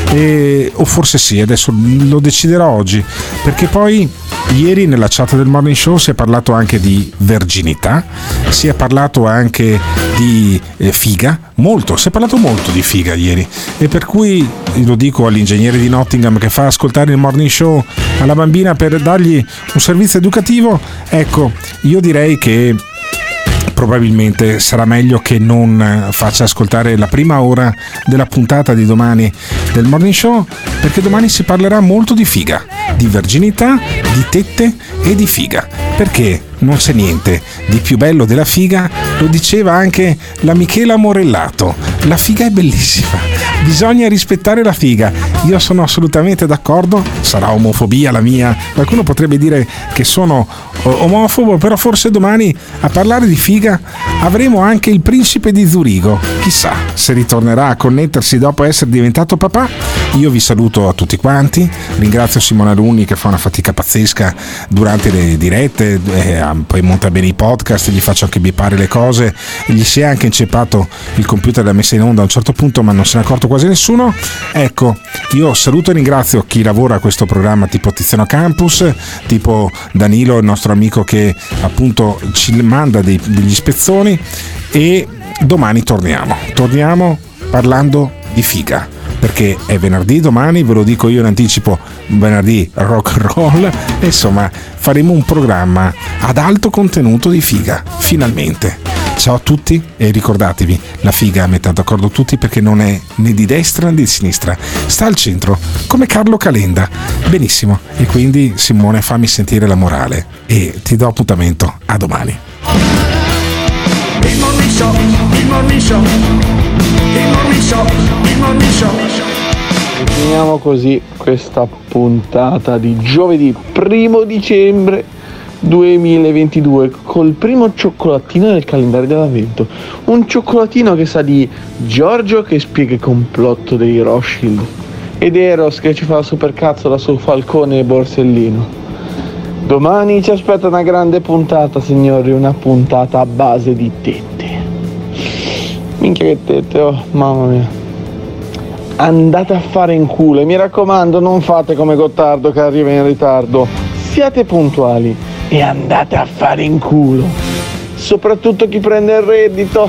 e, o forse sì, adesso lo deciderò oggi, perché poi ieri nella chat del morning show si è parlato anche di verginità, si è parlato anche di eh, figa, molto, si è parlato molto di figa ieri, e per cui lo dico all'ingegnere di Nottingham che fa ascoltare il morning show alla bambina per dargli un servizio educativo, ecco, io direi che probabilmente sarà meglio che non faccia ascoltare la prima ora della puntata di domani del morning show, perché domani si parlerà molto di figa, di verginità, di tette e di figa, perché non c'è niente di più bello della figa, lo diceva anche la Michela Morellato, la figa è bellissima, bisogna rispettare la figa. Io sono assolutamente d'accordo, sarà omofobia la mia, qualcuno potrebbe dire che sono omofobo, però forse domani a parlare di figa avremo anche il principe di Zurigo, chissà se ritornerà a connettersi dopo essere diventato papà. Io vi saluto a tutti quanti, ringrazio Simona Luni che fa una fatica pazzesca durante le dirette, eh, poi monta bene i podcast, gli faccio anche bipare le cose, gli si è anche inceppato il computer da messa in onda a un certo punto, ma non se ne è accorto quasi nessuno. Ecco, io saluto e ringrazio chi lavora a questo programma, tipo Tiziano Campus, tipo Danilo, il nostro amico che appunto ci manda dei, degli spezzoni, e domani torniamo torniamo parlando di figa, perché è venerdì domani, ve lo dico io in anticipo, venerdì rock and roll, e insomma faremo un programma ad alto contenuto di figa, finalmente. Ciao a tutti e ricordatevi, la figa mette d'accordo tutti perché non è né di destra né di sinistra, sta al centro, come Carlo Calenda. Benissimo, e quindi Simone fammi sentire la morale e ti do appuntamento a domani. Il Morning Show, il Morning Show, il Morning Show, il Morning Show. E finiamo così questa puntata di giovedì primo dicembre duemilaventidue col primo cioccolatino del calendario dell'avvento. Un cioccolatino che sa di Giorgio che spiega il complotto dei Rothschild ed Eros che ci fa la supercazzola su Falcone e Borsellino. Domani ci aspetta una grande puntata, signori, una puntata a base di tette. Minchia che tette, oh, mamma mia. Andate a fare in culo e mi raccomando non fate come Gottardo che arriva in ritardo. Siate puntuali e andate a fare in culo. Soprattutto chi prende il reddito.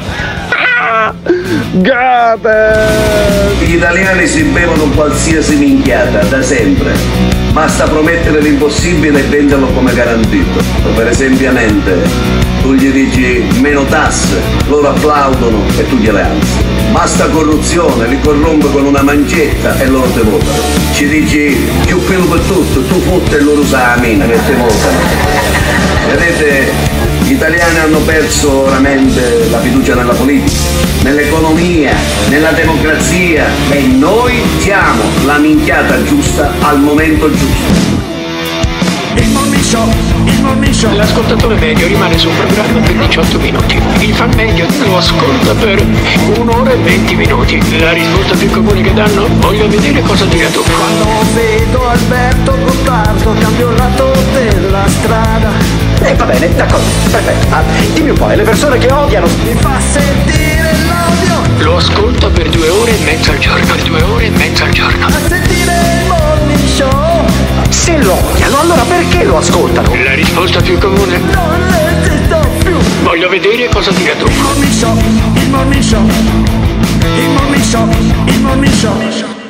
Gate! Gli italiani si bevono qualsiasi minchiata da sempre. Basta promettere l'impossibile e venderlo come garantito. Per esempio, tu gli dici meno tasse, loro applaudono e tu gliele alzi. Basta corruzione, li corrompe con una mancetta e loro te votano. Ci dici più pelo per tutto, tu fotte e loro usa la mina che te votano. Vedete, gli italiani hanno perso veramente la fiducia nella politica, nell'economia, nella democrazia e noi siamo la minchiata giusta al momento giusto. Il Morning Show, il Morning Show. L'ascoltatore medio rimane sul programma per diciotto minuti. Il fan medio lo ascolta per un'ora e venti minuti. La risposta più comune che danno: voglio vedere cosa dirà tu. Quando vedo Alberto Gottardo cambio il lato della strada. E eh, va bene, d'accordo, perfetto. Ah, dimmi un po', e le persone che odiano? Mi fa sentire l'odio. Lo ascolta per due ore e mezza al giorno. Per due ore e mezza al giorno. A sentire il Morning Show. Se lo odiano, allora perché lo ascoltano? La risposta più comune: non esisto più. Voglio vedere cosa dirà tu. Il Morning Show, il Morning Show, il Morning Show, il Morning Show.